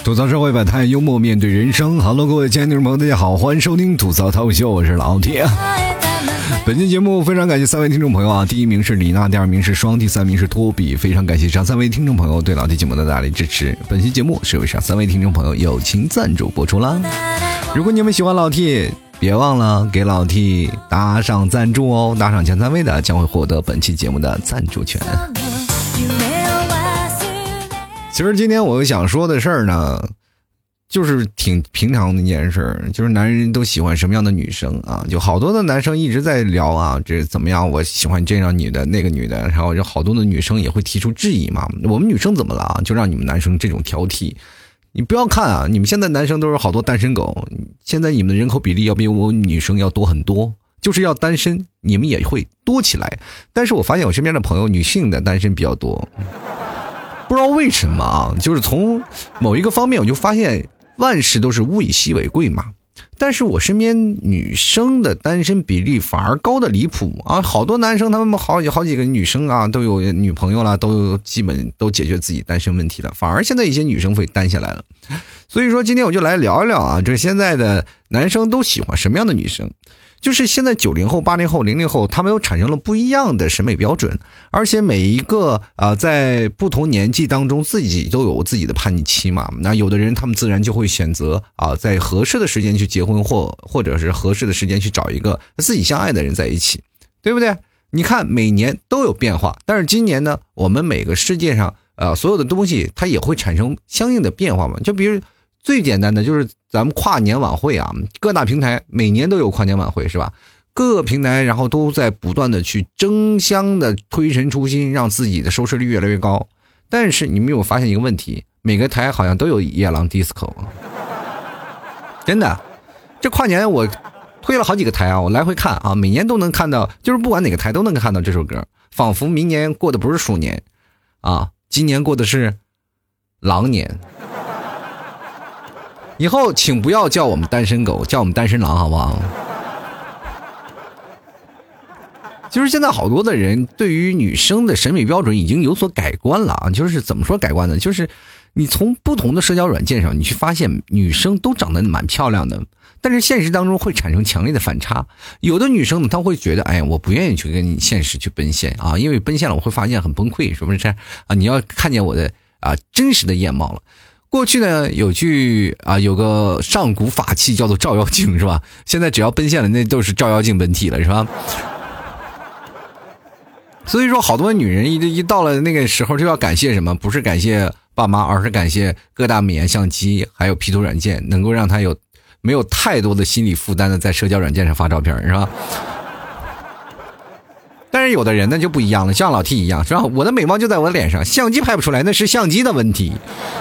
吐槽社会百态，幽默面对人生。Hello， 各位亲爱的朋友，大家好，欢迎收听吐槽涛秀，我是老铁。本期节目非常感谢三位听众朋友啊，第一名是李娜，第二名是双，第三名是托比。非常感谢上三位听众朋友对老铁节目的大力支持。本期节目是由上三位听众朋友友情赞助播出啦。如果你们喜欢老铁，别忘了给老 T 打赏赞助哦，打赏前3位的将会获得本期节目的赞助权。其实今天我想说的事儿呢，就是挺平常的一件事儿，就是男人都喜欢什么样的女生啊？就好多的男生一直在聊啊，这怎么样？我喜欢这样女的，那个女的，然后有好多的女生也会提出质疑嘛。我们女生怎么了啊？就让你们男生这种挑剔？你不要看啊，你们现在男生都是好多单身狗，现在你们的人口比例要比我女生要多很多，就是要单身，你们也会多起来。但是我发现我身边的朋友，女性的单身比较多。不知道为什么啊，就是从某一个方面我就发现万事都是物以稀为贵嘛，但是我身边女生的单身比例反而高的离谱啊！好多男生他们好几个女生啊都有女朋友了，都基本都解决自己单身问题了，反而现在一些女生会单下来了。所以说今天我就来聊一聊啊，这现在的男生都喜欢什么样的女生？就是现在90后、80后、00后，他们又产生了不一样的审美标准，而且每一个在不同年纪当中，自己都有自己的叛逆期嘛。那有的人他们自然就会选择在合适的时间去结婚，或者是合适的时间去找一个自己相爱的人在一起，对不对？你看每年都有变化，但是今年呢，我们每个世界上所有的东西它也会产生相应的变化嘛。就比如最简单的就是咱们跨年晚会啊，各大平台每年都有跨年晚会是吧？各个平台然后都在不断的去争相的推陈出新，让自己的收视率越来越高。但是你们有发现一个问题，每个台好像都有夜郎 disco。 真的，这跨年我推了好几个台啊，我来回看啊，每年都能看到，就是不管哪个台都能看到这首歌，仿佛明年过的不是鼠年啊，今年过的是狼年。以后请不要叫我们单身狗，叫我们单身狼好不好？就是现在好多的人对于女生的审美标准已经有所改观了啊！就是怎么说改观呢？就是你从不同的社交软件上，你去发现女生都长得蛮漂亮的，但是现实当中会产生强烈的反差。有的女生呢，她会觉得，哎，我不愿意去跟你现实去奔现啊，因为奔现了我会发现很崩溃，是不是啊？你要看见我的真实的面貌了。过去呢有句有个上古法器叫做照妖镜是吧？现在只要奔现了，那都是照妖镜本体了是吧？所以说好多女人一到了那个时候就要感谢什么？不是感谢爸妈，而是感谢各大美颜相机还有 P 图软件，能够让她没有太多的心理负担的在社交软件上发照片是吧？但是有的人呢就不一样了，像老 T 一样是吧？我的美貌就在我的脸上，相机拍不出来，那是相机的问题，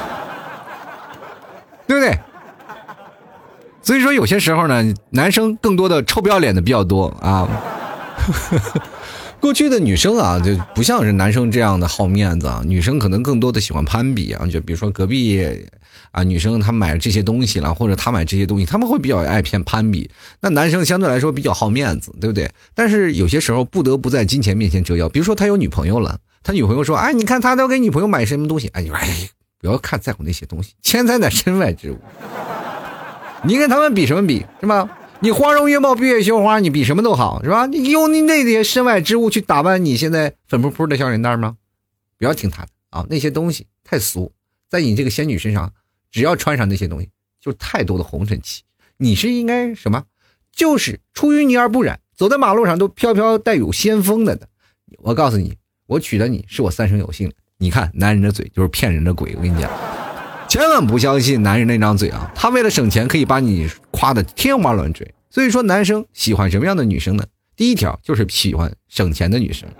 对不对？所以说有些时候呢，男生更多的臭不要脸的比较多啊。过去的女生啊，就不像是男生这样的好面子啊，女生可能更多的喜欢攀比啊，就比如说隔壁女生她买这些东西了，或者她买这些东西，他们会比较爱攀比。那男生相对来说比较好面子，对不对？但是有些时候不得不在金钱面前折腰。比如说他有女朋友了，他女朋友说，哎，你看他都给女朋友买什么东西，哎，不要在乎那些东西，钱财乃身外之物。你跟他们比什么比，是吧？你花容月貌闭月羞花，你比什么都好，是吧？你用你那些身外之物去打扮你现在粉扑扑的小脸蛋吗？不要听他的啊，那些东西太俗，在你这个仙女身上，只要穿上那些东西，就太多的红尘气。你是应该什么？就是出淤泥而不染，走在马路上都飘飘带有仙风的。我告诉你，我娶了你是我三生有幸。你看男人的嘴就是骗人的鬼，我跟你讲，千万不相信男人那张嘴啊，他为了省钱可以把你夸得天花乱坠。所以说男生喜欢什么样的女生呢？第一条就是喜欢省钱的女生，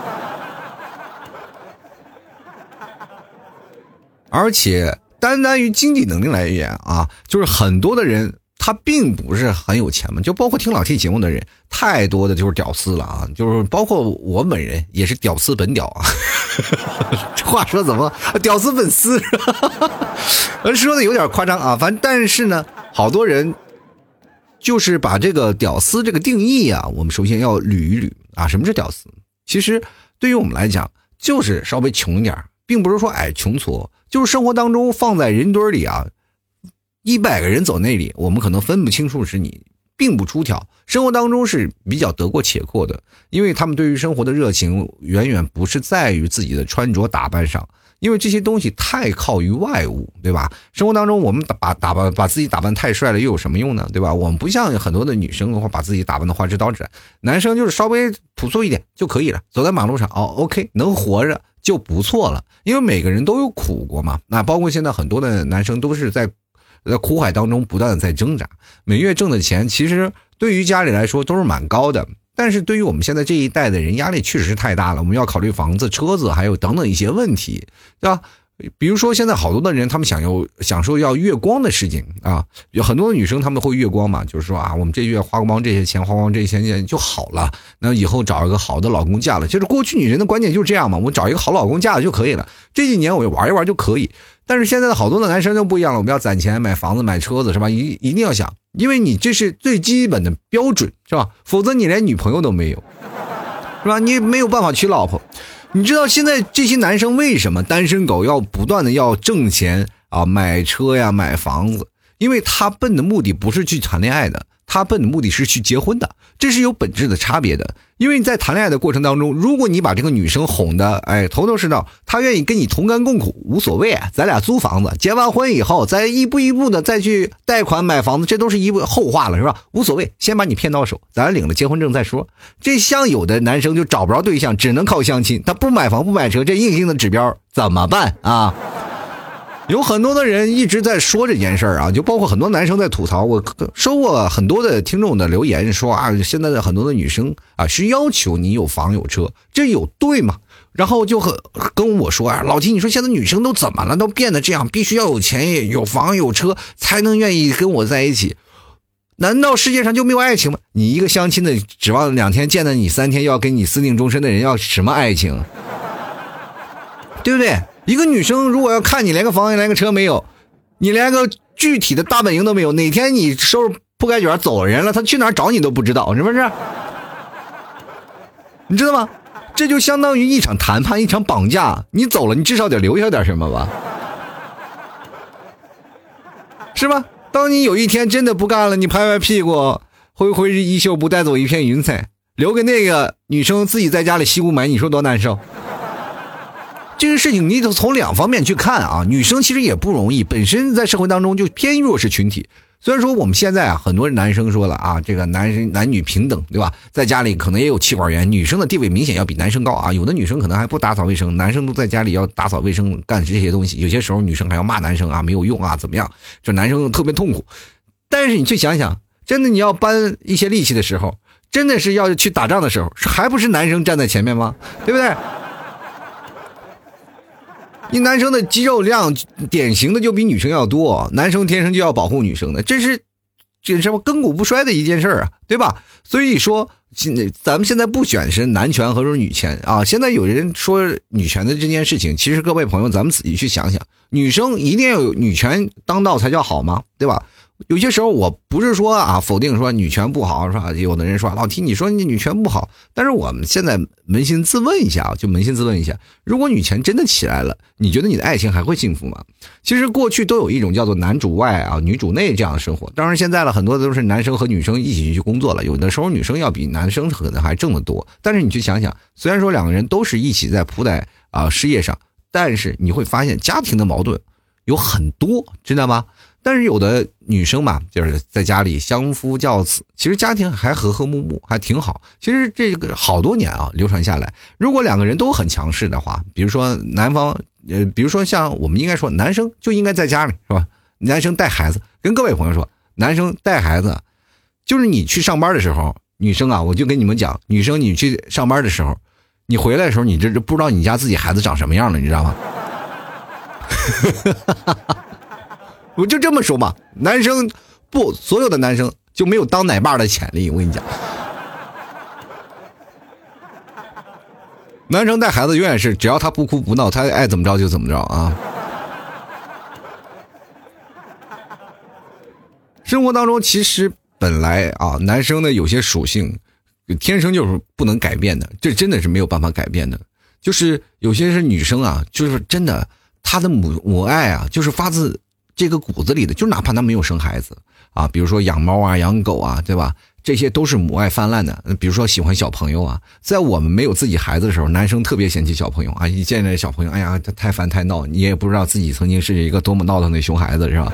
而且单于经济能力来言啊，就是很多的人他并不是很有钱嘛，就包括听老 T 节目的人，太多的就是屌丝了啊，就是包括我本人也是屌丝本屌啊。这话说怎么屌丝粉丝说的有点夸张啊，但是呢，好多人就是把这个屌丝这个定义啊，我们首先要捋一捋啊，什么是屌丝？其实对于我们来讲，就是稍微穷一点，并不是说穷矬，就是生活当中放在人堆里啊， 100个人走那里，我们可能分不清楚是你，并不出挑。生活当中是比较得过且过的，因为他们对于生活的热情远远不是在于自己的穿着打扮上，因为这些东西太靠于外物，对吧？生活当中我们把自己打扮太帅了又有什么用呢？对吧？我们不像很多的女生的话，把自己打扮的花枝招展，男生就是稍微朴素一点就可以了。走在马路上OK， 能活着就不错了，因为每个人都有苦过嘛。那包括现在很多的男生都是在苦海当中不断的在挣扎，每月挣的钱其实对于家里来说都是蛮高的，但是对于我们现在这一代的人，压力确实是太大了。我们要考虑房子、车子，还有等等一些问题，对吧？比如说现在好多的人，他们享受要月光的事情啊，有很多的女生他们会月光嘛，就是说啊，我们这月花光这些钱就好了，那以后找一个好的老公嫁了。就是过去女人的观念就是这样嘛，我找一个好老公嫁了就可以了，这几年我玩一玩就可以。但是现在的好多的男生就不一样了，我们要攒钱买房子买车子是吧？一定要想，因为你这是最基本的标准是吧？否则你连女朋友都没有，是吧？你没有办法娶老婆。你知道现在这些男生为什么单身狗要不断的要挣钱啊，买车呀买房子？因为他奔的目的不是去谈恋爱的，他奔的目的是去结婚的，这是有本质的差别的。因为你在谈恋爱的过程当中，如果你把这个女生哄的头头是道，她愿意跟你同甘共苦无所谓啊，咱俩租房子，结完婚以后再一步一步的再去贷款买房子，这都是一步后话了是吧？无所谓，先把你骗到手，咱领了结婚证再说。这像有的男生就找不着对象，只能靠相亲，他不买房不买车，这硬性的指标怎么办啊？有很多的人一直在说这件事儿啊，就包括很多男生在吐槽。我收过很多的听众的留言说啊，现在的很多的女生啊是要求你有房有车，这有对吗？然后就跟我说啊，老金，你说现在女生都怎么了，都变得这样，必须要有钱有房有车才能愿意跟我在一起。难道世界上就没有爱情吗？你一个相亲的指望2天见了你3天要跟你私定终身的人要什么爱情？对不对？一个女生如果要看你连个房连个车没有，你连个具体的大本营都没有，哪天你收拾铺盖卷走人了，她去哪儿找你都不知道，是不是？你知道吗？这就相当于一场谈判，一场绑架。你走了，你至少得留下点什么吧，是吧？当你有一天真的不干了，你拍拍屁股，挥挥衣袖，不带走一片云彩，留给那个女生自己在家里吸雾霾，你说多难受？这个事情你得从2方面去看啊，女生其实也不容易，本身在社会当中就偏弱势群体。虽然说我们现在啊，很多男生说了啊，这个男女平等，对吧？在家里可能也有气管炎，女生的地位明显要比男生高啊。有的女生可能还不打扫卫生，男生都在家里要打扫卫生，干这些东西。有些时候女生还要骂男生啊，没有用啊，怎么样？这男生特别痛苦。但是你去想想，真的你要搬一些力气的时候，真的是要去打仗的时候，还不是男生站在前面吗？对不对？你男生的肌肉量典型的就比女生要多，男生天生就要保护女生的，这是什么亘古不衰的一件事啊，对吧？所以说咱们现在不选是男权和女权啊，现在有人说女权的这件事情，其实各位朋友咱们仔细去想想，女生一定要有女权当道才叫好吗？对吧？有些时候我不是说啊否定说女权不好是吧？有的人说老提你说你女权不好，但是我们现在扪心自问一下，如果女权真的起来了，你觉得你的爱情还会幸福吗？其实过去都有一种叫做男主外啊女主内这样的生活，当然现在了很多都是男生和女生一起去工作了，有的时候女生要比男生可能还挣得多，但是你去想想，虽然说2个人都是一起在扑在事业上，但是你会发现家庭的矛盾有很多，知道吗？但是有的女生嘛，就是在家里相夫教子，其实家庭还和和睦睦，还挺好。其实这个好多年啊流传下来，如果2个人都很强势的话，比如说男方比如说像我们应该说男生就应该在家里是吧？男生带孩子，跟各位朋友说，男生带孩子就是你去上班的时候，女生啊，我就跟你们讲，女生你去上班的时候，你回来的时候，你这不知道你家自己孩子长什么样了，你知道吗？我就这么说嘛，男生不，所有的男生就没有当奶爸的潜力，我跟你讲。男生带孩子永远是只要他不哭不闹，他爱怎么着就怎么着啊。生活当中其实本来啊，男生的有些属性天生就是不能改变的，这真的是没有办法改变的。就是有些是女生啊，就是真的她的母爱啊，就是发自这个骨子里的，就哪怕他没有生孩子啊，比如说养猫啊、养狗啊，对吧？这些都是母爱泛滥的。比如说喜欢小朋友啊，在我们没有自己孩子的时候，男生特别嫌弃小朋友啊，一见着小朋友，哎呀，他太烦太闹，你也不知道自己曾经是一个多么闹腾的熊孩子，是吧？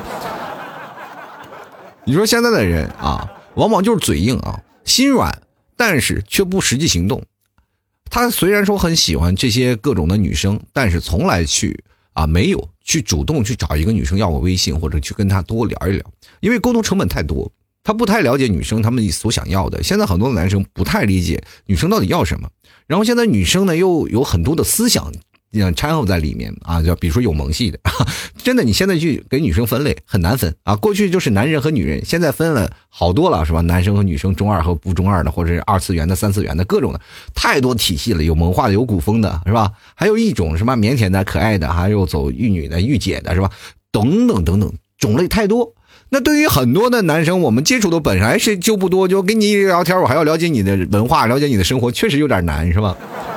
你说现在的人啊，往往就是嘴硬啊，心软，但是却不实际行动。他虽然说很喜欢这些各种的女生，但是从来没有去主动去找一个女生要我微信，或者去跟她多聊一聊，因为沟通成本太多。他不太了解女生他们所想要的，现在很多的男生不太理解女生到底要什么，然后现在女生呢又有很多的思想掺和在里面啊，就比如说有萌系的，真的你现在去给女生分类很难分啊，过去就是男人和女人，现在分了好多了是吧？男生和女生，中二和不中二的，或者是二次元的、三次元的，各种的，太多体系了，有萌化的，有古风的，是吧？还有一种什么腼腆的、可爱的，还有走玉女的、御姐的，是吧？等等等等，种类太多。那对于很多的男生，我们接触的本来是就不多，就跟你聊天，我还要了解你的文化，了解你的生活，确实有点难，是吧？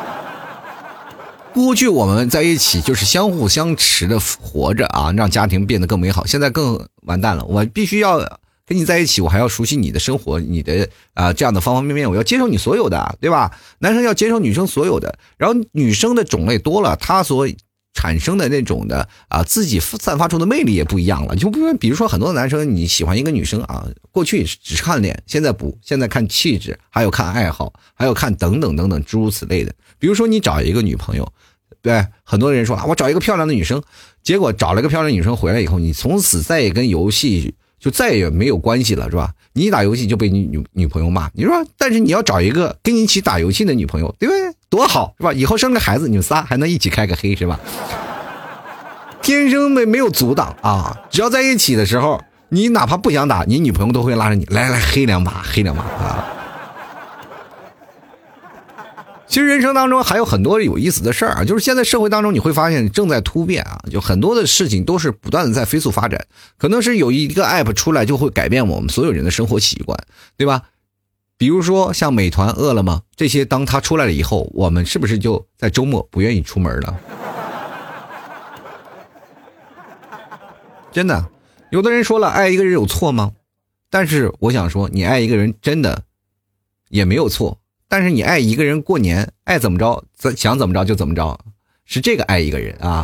过去我们在一起就是相互相持的活着啊，让家庭变得更美好。现在更完蛋了，我必须要跟你在一起，我还要熟悉你的生活，你的这样的方方面面，我要接受你所有的，对吧？男生要接受女生所有的，然后女生的种类多了，她所产生的那种的自己散发出的魅力也不一样了。就比如说很多男生，你喜欢一个女生啊，过去只是看脸，现在看气质，还有看爱好，还有看等等等等诸如此类的。比如说你找一个女朋友，对，很多人说我找一个漂亮的女生，结果找了一个漂亮的女生回来以后，你从此再也跟游戏就再也没有关系了，是吧？你一打游戏就被你女朋友骂，你说，但是你要找一个跟你一起打游戏的女朋友，对不对？多好，是吧？以后生个孩子，你们仨还能一起开个黑，是吧？天生没有阻挡啊！只要在一起的时候，你哪怕不想打，你女朋友都会拉着你来黑两把啊！其实人生当中还有很多有意思的事儿啊，就是现在社会当中你会发现正在突变啊，就很多的事情都是不断的在飞速发展，可能是有一个 app 出来就会改变我们所有人的生活习惯，对吧？比如说像美团、饿了么这些，当它出来了以后，我们是不是就在周末不愿意出门了？真的，有的人说了，爱一个人有错吗？但是我想说，你爱一个人真的也没有错，但是你爱一个人过年，爱怎么着想怎么着就怎么着，是这个爱一个人啊。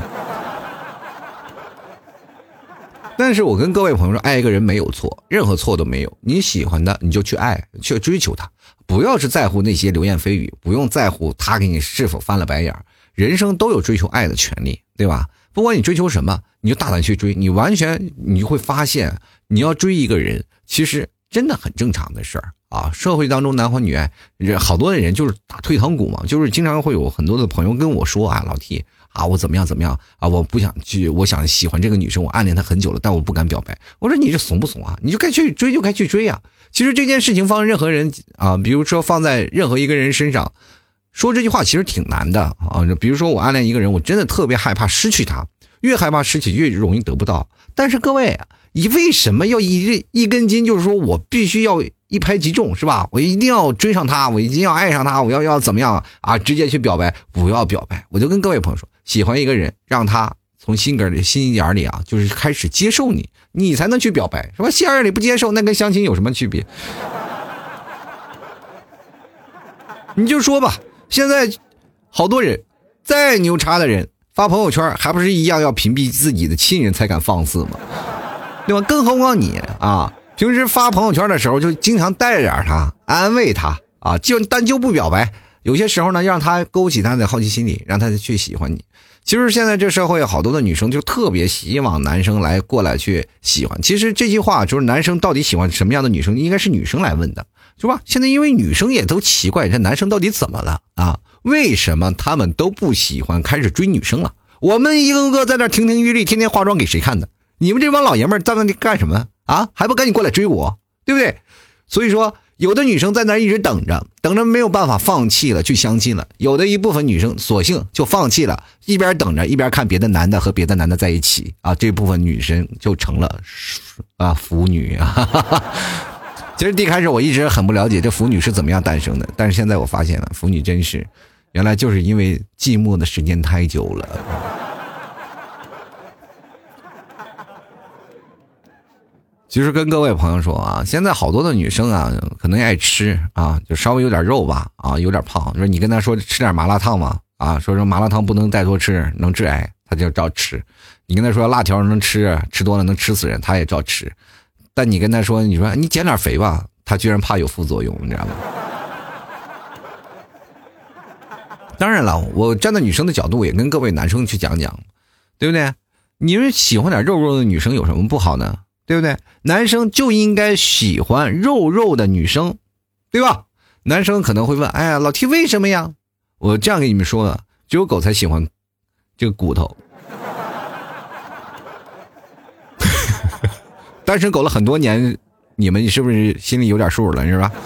但是我跟各位朋友说，爱一个人没有错，任何错都没有。你喜欢的你就去爱，去追求他，不要是在乎那些流言蜚语，不用在乎他给你是否翻了白眼。人生都有追求爱的权利，对吧？不管你追求什么，你就大胆去追，你就会发现，你要追一个人，其实真的很正常的事儿啊。社会当中男欢女爱，好多的人就是打退堂鼓嘛，就是经常会有很多的朋友跟我说啊，老 T。我怎么样啊？我不想去，我想喜欢这个女生，我暗恋她很久了，但我不敢表白。我说你这怂不怂啊？你就该去追就该去追啊！其实这件事情放任何人啊，比如说放在任何一个人身上，说这句话其实挺难的啊。比如说我暗恋一个人，我真的特别害怕失去他，越害怕失去越容易得不到。但是各位，你为什么要一根筋？就是说我必须要一拍即中，是吧？我一定要追上他，我一定要爱上他，我要怎么样啊？直接去表白，不要表白。我就跟各位朋友说，喜欢一个人，让他从心眼里啊，就是开始接受你，你才能去表白，是吧？心眼里不接受，那跟相亲有什么区别？你就说吧，现在好多人，再牛叉的人发朋友圈，还不是一样要屏蔽自己的亲人才敢放肆吗？对吧？更何况你啊，平时发朋友圈的时候就经常带着他，安慰他啊，但就不表白。有些时候呢，让他勾起他的好奇心理，让他去喜欢你。其实现在这社会好多的女生就特别希望男生过来去喜欢。其实这句话就是男生到底喜欢什么样的女生，应该是女生来问的，是吧？现在因为女生也都奇怪，这男生到底怎么了啊？为什么他们都不喜欢开始追女生了？我们一个个在那亭亭玉立，天天化妆给谁看的？你们这帮老爷们在那里干什么啊？还不赶紧过来追我，对不对？所以说有的女生在那一直等着没有办法放弃了去相亲了，有的一部分女生索性就放弃了，一边等着一边看别的男的和别的男的在一起啊，这部分女生就成了腐女啊。其实一开始我一直很不了解这腐女是怎么样诞生的，但是现在我发现了，腐女真是原来就是因为寂寞的时间太久了。 其实跟各位朋友说啊，现在好多的女生啊，可能爱吃啊，就稍微有点肉吧，啊，有点胖。说你跟她说吃点麻辣烫嘛，啊，说麻辣烫不能再多吃，能致癌，她就照吃。你跟她说辣条能吃，吃多了能吃死人，她也照吃。但你跟她说，你说你减点肥吧，她居然怕有副作用，你知道吗？当然了，我站在女生的角度，也跟各位男生去讲讲，对不对？你们喜欢点肉肉的女生有什么不好呢？对不对？男生就应该喜欢肉肉的女生，对吧？男生可能会问，哎呀，老 T 为什么呀？我这样跟你们说了，只有狗才喜欢这个骨头。单身狗了很多年，你们是不是心里有点数了，是吧？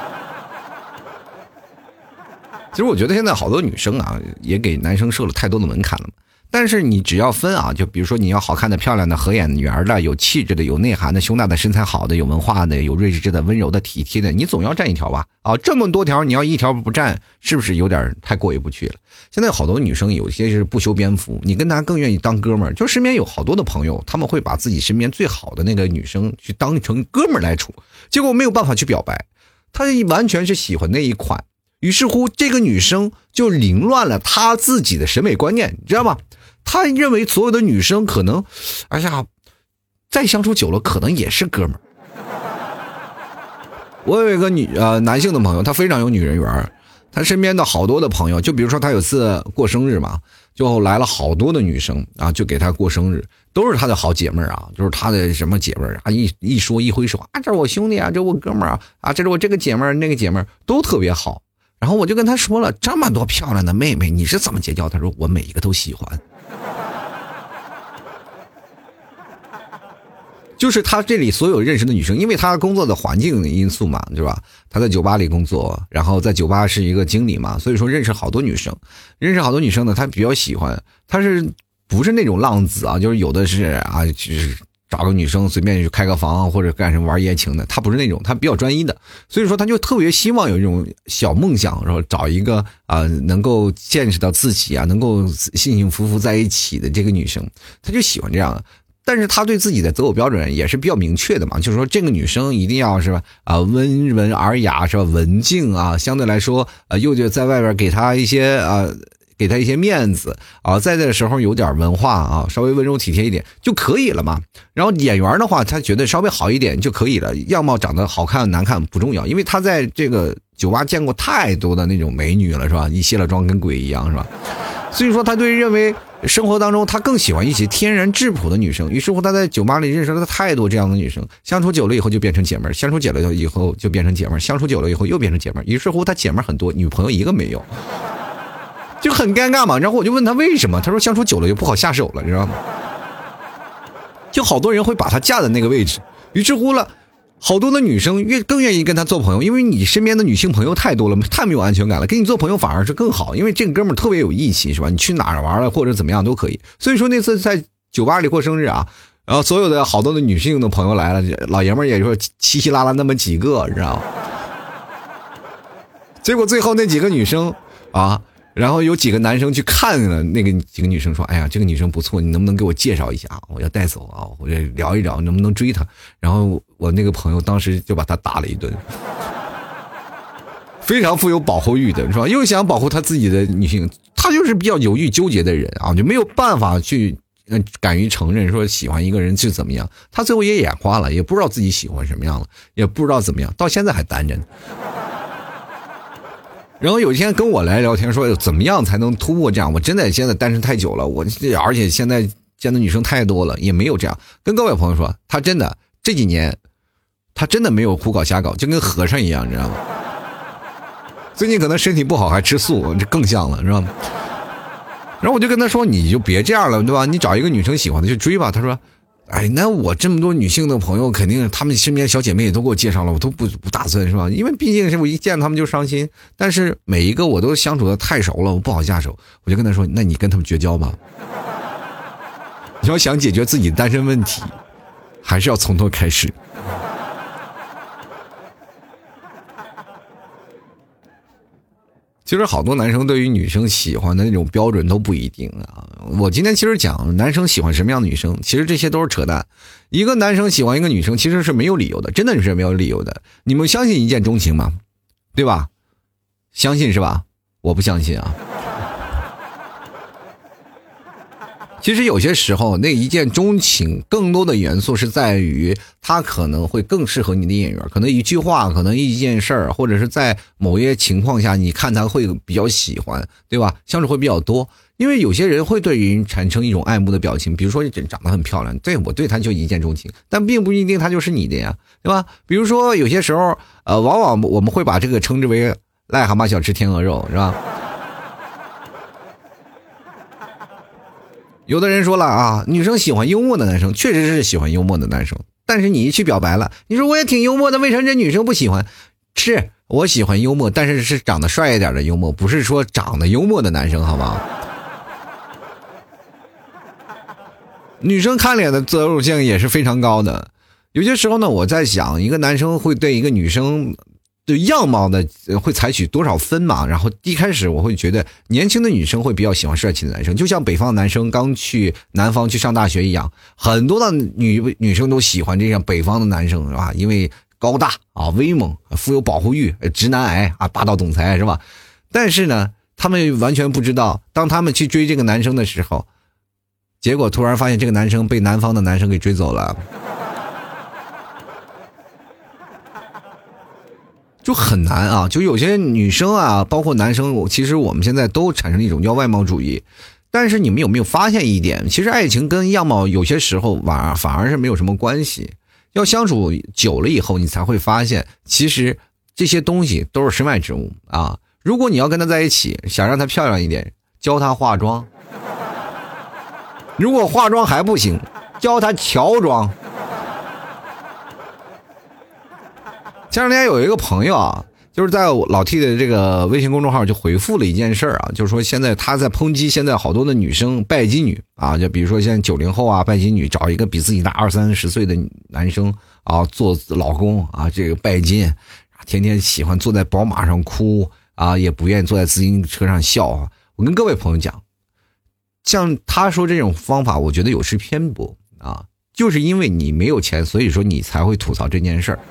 其实我觉得现在好多女生啊，也给男生设了太多的门槛了。但是你只要分啊，就比如说你要好看的、漂亮的、合眼缘的、有气质的、有内涵的、胸大的、身材好的、有文化的、有睿智的、温柔的、体贴的，你总要占一条吧？啊，这么多条，你要一条不占，是不是有点太过意不去了？现在好多女生有些是不修边幅，你跟她更愿意当哥们儿。就身边有好多的朋友，他们会把自己身边最好的那个女生去当成哥们儿来处，结果没有办法去表白，他完全是喜欢那一款。于是乎，这个女生就凌乱了她自己的审美观念，你知道吗？她认为所有的女生可能，哎呀，再相处久了可能也是哥们儿。我有一个男性的朋友，他非常有女人缘，他身边的好多的朋友，就比如说他有次过生日嘛，就来了好多的女生啊，就给他过生日，都是他的好姐妹啊，就是他的什么姐妹啊，一说一挥手啊，这是我兄弟啊，这是我哥们儿啊，这是我这个姐妹儿那个姐妹儿都特别好。然后我就跟他说了，这么多漂亮的妹妹，你是怎么结交？他说我每一个都喜欢。就是他这里所有认识的女生，因为他工作的环境的因素嘛，对吧？他在酒吧里工作，然后在酒吧是一个经理嘛，所以说认识好多女生，呢，他比较喜欢，他是不是那种浪子啊？就是有的是啊，就是找个女生随便去开个房或者干什么玩一夜情的，他不是那种，他比较专一的，所以说他就特别希望有一种小梦想，然后找一个能够见识到自己啊，能够幸幸福福在一起的这个女生，他就喜欢这样的。但是他对自己的择偶标准也是比较明确的嘛，就是说这个女生一定要是吧温文尔雅是吧，文静啊，相对来说又就在外边给他一些面子啊，在这时候有点文化啊，稍微温柔体贴一点就可以了嘛。然后眼缘的话，他觉得稍微好一点就可以了，样貌长得好看难看不重要，因为他在这个酒吧见过太多的那种美女了，是吧？一卸了妆跟鬼一样，是吧？所以说他对认为生活当中他更喜欢一些天然质朴的女生，于是乎他在酒吧里认识了太多这样的女生，相处久了以后就变成姐妹儿，相处久了以后就变成姐妹儿，相处久了以后又变成姐妹儿，于是乎他姐妹儿很多，女朋友一个没有，就很尴尬嘛。然后我就问他为什么，他说相处久了就不好下手了，你知道吗？就好多人会把他架在那个位置，于是乎了好多的女生更愿意跟他做朋友，因为你身边的女性朋友太多了，太没有安全感了，跟你做朋友反而是更好，因为这个哥们儿特别有义气，是吧？你去哪儿玩了或者怎么样都可以。所以说那次在酒吧里过生日啊，然后所有的好多的女性的朋友来了，老爷们儿也说稀稀拉拉那么几个，你知道吗？结果最后那几个女生啊，然后有几个男生去看了那个几个女生，说：“哎呀，这个女生不错，你能不能给我介绍一下？我要带走啊，我聊一聊，能不能追她？”然后我那个朋友当时就把他打了一顿，非常富有保护欲的，是吧？又想保护他自己的女性，他就是比较犹豫纠结的人啊，就没有办法去敢于承认说喜欢一个人是怎么样。他最后也眼花了，也不知道自己喜欢什么样了，也不知道怎么样，到现在还单着呢。然后有一天跟我来聊天说怎么样才能突破这样，我真的现在单身太久了，而且现在见的女生太多了，也没有这样。跟各位朋友说，他真的这几年他真的没有胡搞瞎搞，就跟和尚一样，你知道吗？最近可能身体不好还吃素，这更像了，知道吗？然后我就跟他说，你就别这样了，对吧？你找一个女生喜欢的去追吧。他说哎，那我这么多女性的朋友，肯定他们身边小姐妹也都给我介绍了，我都不打算，是吧？因为毕竟是我一见他们就伤心，但是每一个我都相处的太熟了，我不好下手。我就跟他说，那你跟他们绝交吧。你要想解决自己单身问题，还是要从头开始。 其实好多男生对于女生喜欢的那种标准都不一定啊。我今天其实讲男生喜欢什么样的女生，其实这些都是扯淡。一个男生喜欢一个女生其实是没有理由的，真的是没有理由的。你们相信一见钟情吗？对吧？相信是吧？我不相信啊。其实有些时候那一见钟情更多的元素是在于他可能会更适合你的眼缘，可能一句话，可能一件事儿，或者是在某些情况下你看他会比较喜欢，对吧？相处会比较多。因为有些人会对人产生一种爱慕的表情，比如说长得很漂亮，对，我对他就一见钟情，但并不一定他就是你的呀，对吧？比如说有些时候往往我们会把这个称之为癞蛤蟆想吃天鹅肉，是吧？有的人说了啊，女生喜欢幽默的男生，确实是喜欢幽默的男生，但是你一去表白了，你说我也挺幽默的，为什么这女生不喜欢？是我喜欢幽默，但是是长得帅一点的幽默，不是说长得幽默的男生，好吗？女生看脸的择偶性也是非常高的。有些时候呢，我在想，一个男生会对一个女生对样貌的会采取多少分嘛？然后一开始我会觉得年轻的女生会比较喜欢帅气的男生，就像北方的男生刚去南方去上大学一样，很多的女生都喜欢这样北方的男生，是吧？因为高大啊，威猛，富有保护欲，直男癌啊，霸道总裁，是吧？但是呢，他们完全不知道，当他们去追这个男生的时候，结果突然发现这个男生被南方的男生给追走了。就很难啊，就有些女生啊，包括男生，其实我们现在都产生了一种叫外貌主义。但是你们有没有发现一点，其实爱情跟样貌有些时候反而是没有什么关系。要相处久了以后，你才会发现其实这些东西都是身外之物啊。如果你要跟她在一起，想让她漂亮一点，教她化妆。如果化妆还不行，教她乔装。前两天有一个朋友啊，就是在老 T 的这个微信公众号就回复了一件事啊，就是说现在他在抨击现在好多的女生拜金女啊，就比如说现在90后啊，拜金女找一个比自己大20-30岁的男生啊做老公啊，这个拜金，天天喜欢坐在宝马上哭啊，也不愿意坐在自行车上笑啊。我跟各位朋友讲，像他说这种方法，我觉得有失偏颇啊，就是因为你没有钱，所以说你才会吐槽这件事儿。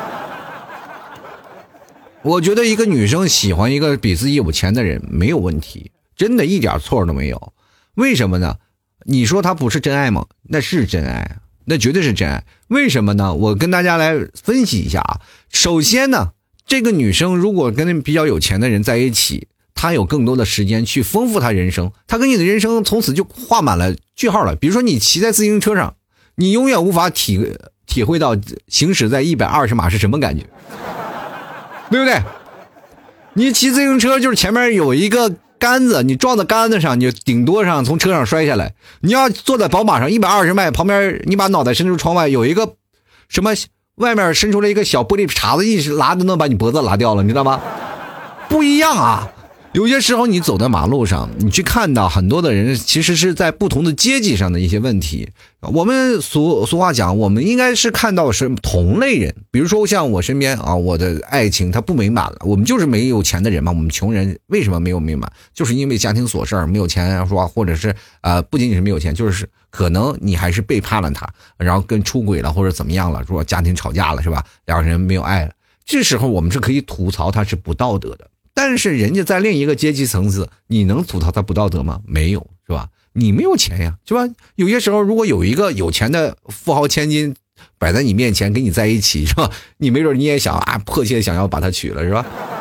我觉得一个女生喜欢一个比自己有钱的人没有问题，真的一点错都没有。为什么呢？你说他不是真爱吗？那是真爱，那绝对是真爱。为什么呢？我跟大家来分析一下啊。首先呢，这个女生如果跟比较有钱的人在一起，她有更多的时间去丰富她人生，她跟你的人生从此就画满了句号了。比如说你骑在自行车上，你永远无法体会到行驶在120码是什么感觉，对不对？你骑自行车就是前面有一个杆子，你撞在杆子上，你就顶多上从车上摔下来。你要坐在宝马上120迈，旁边你把脑袋伸出窗外，有一个什么外面伸出来一个小玻璃碴子，一拉都能把你脖子拉掉了，你知道吗？不一样啊。有些时候你走在马路上，你去看到很多的人其实是在不同的阶级上的一些问题。我们俗话讲，我们应该是看到是同类人，比如说像我身边啊，我的爱情它不美满了，我们就是没有钱的人嘛，我们穷人为什么没有美满？就是因为家庭琐事没有钱说，或者是不仅仅是没有钱，就是可能你还是背叛了他，然后跟出轨了或者怎么样了，说家庭吵架了是吧？两个人没有爱了，这时候我们是可以吐槽他是不道德的。但是人家在另一个阶级层次，你能吐槽他不道德吗？没有，是吧？你没有钱呀，是吧？有些时候如果有一个有钱的富豪千金摆在你面前跟你在一起，是吧？你没准你也想迫切想要把他娶了，是吧？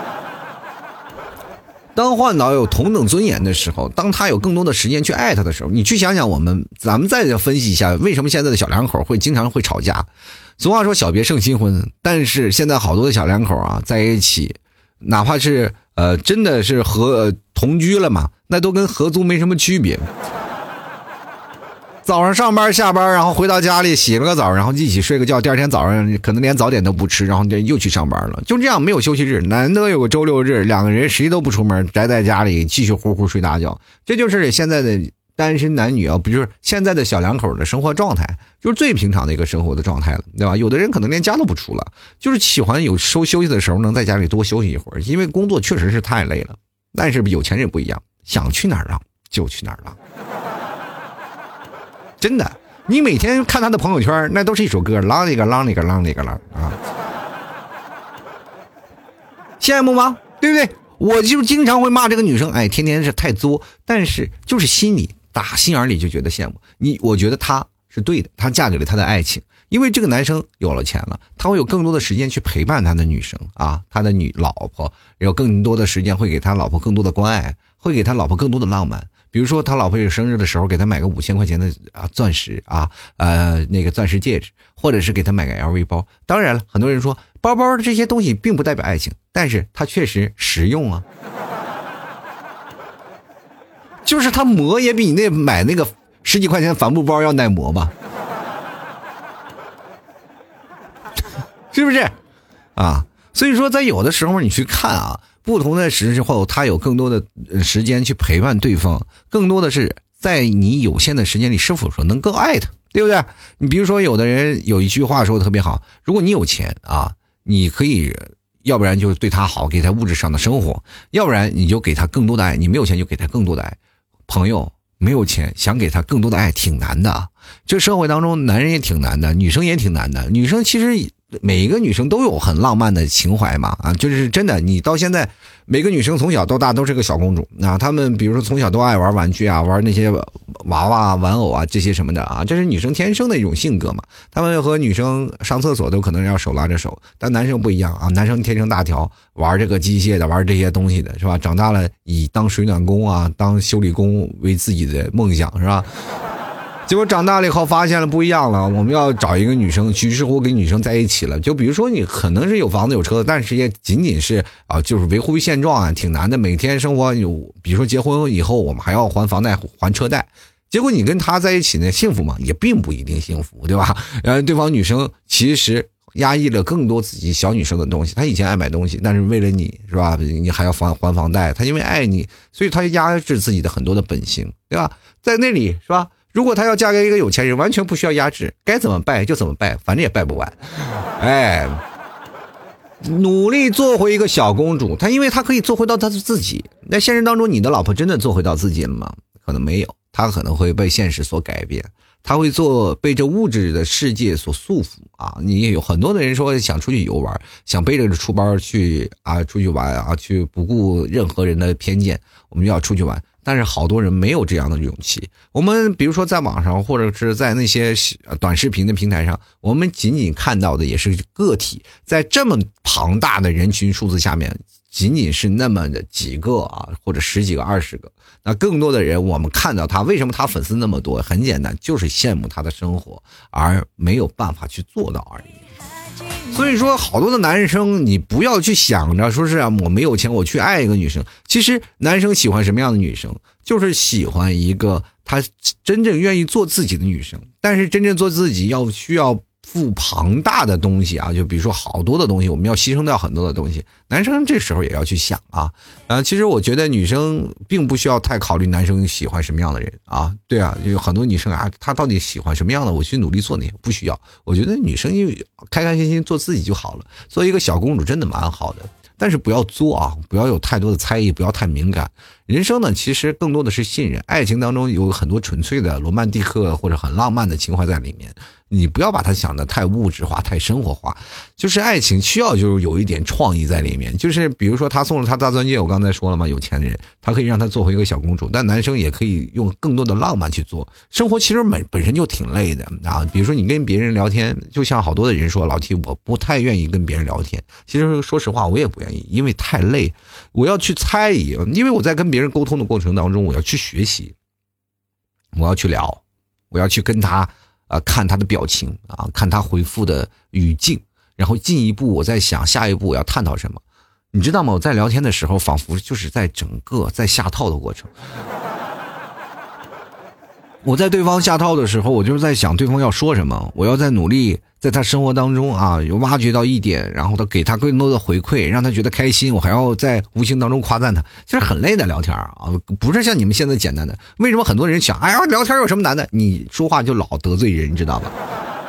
当患脑有同等尊严的时候，当他有更多的时间去爱他的时候，你去想想咱们再分析一下，为什么现在的小两口会经常会吵架？俗话说小别胜新婚，但是现在好多的小两口啊在一起，哪怕是真的是同居了嘛，那都跟合租没什么区别。早上上班下班，然后回到家里洗了个澡，然后一起睡个觉，第二天早上可能连早点都不吃，然后又去上班了。就这样没有休息日，难得有个周六日，两个人谁都不出门，宅在家里继续呼呼睡大觉。这就是现在的单身男女啊，不就是现在的小两口的生活状态，就是最平常的一个生活的状态了，对吧？有的人可能连家都不出了，就是喜欢有休息的时候能在家里多休息一会儿，因为工作确实是太累了。 但是有钱人不一样，想去哪儿浪就去哪儿浪。真的，你每天看他的朋友圈，那都是一首歌，浪一个浪一个浪一个浪啊，羡慕吗？对不对？我就经常会骂这个女生，哎，天天是太作，但是就是心里打心眼里就觉得羡慕你。我觉得她是对的，她嫁给了她的爱情，因为这个男生有了钱了，他会有更多的时间去陪伴他的女生啊，他的老婆，有更多的时间会给他老婆更多的关爱，会给他老婆更多的浪漫。比如说他老婆有生日的时候，给他买个5000块钱的钻石啊，那个钻石戒指，或者是给他买个 LV 包。当然了，很多人说包包这些东西并不代表爱情，但是它确实实用啊。就是它磨也比你买那个10几块钱的帆布包要耐磨吧，是不是啊？所以说在有的时候你去看啊，不同的时候他有更多的时间去陪伴对方，更多的是在你有限的时间里是否说能够爱他，对不对？你比如说有的人有一句话说的特别好，如果你有钱啊，你可以要不然就对他好，给他物质上的生活，要不然你就给他更多的爱，你没有钱就给他更多的爱。朋友没有钱想给他更多的爱挺难的，这社会当中男人也挺难的，女生也挺难的。女生其实每一个女生都有很浪漫的情怀嘛，啊，就是真的，你到现在每个女生从小到大都是个小公主啊，她们比如说从小都爱玩玩具啊，玩那些娃娃玩偶啊这些什么的啊，这是女生天生的一种性格嘛。她们和女生上厕所都可能要手拉着手，但男生不一样啊，男生天生大条，玩这个机械的，玩这些东西的是吧？长大了以当水暖工啊，当修理工为自己的梦想是吧？结果长大了以后发现了不一样了，我们要找一个女生，于是乎跟女生在一起了。就比如说你可能是有房子有车，但是也仅仅是就是维护现状啊，挺难的。每天生活比如说结婚以后我们还要还房贷还车贷，结果你跟他在一起呢，幸福吗？也并不一定幸福，对吧？对方女生其实压抑了更多自己小女生的东西，她以前爱买东西，但是为了你是吧，你还要还房贷，她因为爱你，所以她压制自己的很多的本性，对吧？在那里是吧？如果她要嫁给一个有钱人，完全不需要压制，该怎么拜就怎么拜，反正也拜不完。哎，努力做回一个小公主，她因为她可以做回到她自己。那现实当中，你的老婆真的做回到自己了吗？可能没有，她可能会被现实所改变，她会被这物质的世界所束缚啊！你也有很多的人说想出去游玩，想背着书包去出去玩啊，去不顾任何人的偏见，我们就要出去玩。但是好多人没有这样的勇气。我们比如说在网上或者是在那些短视频的平台上，我们仅仅看到的也是个体，在这么庞大的人群数字下面，仅仅是那么的几个啊，或者10几个20个。那更多的人我们看到他，为什么他粉丝那么多？很简单，就是羡慕他的生活，而没有办法去做到而已。所以说好多的男生，你不要去想着说是我没有钱我去爱一个女生。其实男生喜欢什么样的女生，就是喜欢一个他真正愿意做自己的女生。但是真正做自己需要付庞大的东西啊，就比如说好多的东西，我们要牺牲掉很多的东西。男生这时候也要去想啊，其实我觉得女生并不需要太考虑男生喜欢什么样的人啊，对啊，有很多女生她到底喜欢什么样的，我去努力做那些不需要。我觉得女生就开开心心做自己就好了，做一个小公主真的蛮好的。但是不要作啊，不要有太多的猜疑，不要太敏感。人生呢，其实更多的是信任。爱情当中有很多纯粹的罗曼蒂克或者很浪漫的情怀在里面，你不要把它想得太物质化、太生活化。就是爱情需要就是有一点创意在里面。就是比如说他送了他大钻戒，我刚才说了嘛，有钱的人他可以让他做回一个小公主，但男生也可以用更多的浪漫去做。生活其实本身就挺累的啊。比如说你跟别人聊天，就像好多的人说，老T我不太愿意跟别人聊天。其实说实话，我也不愿意，因为太累。我要去猜疑，因为我在跟别人沟通的过程当中，我要去学习，我要去聊，我要去跟他看他的表情啊，看他回复的语境，然后进一步我在想下一步我要探讨什么。你知道吗？我在聊天的时候，仿佛就是在整个在下套的过程。我在对方下套的时候，我就是在想对方要说什么，我要在努力在他生活当中有挖掘到一点，然后给他更多的回馈，让他觉得开心，我还要在无形当中夸赞他。其实很累的聊天啊，不是像你们现在简单的。为什么很多人想，哎呀，聊天有什么难的？你说话就老得罪人，你知道吧？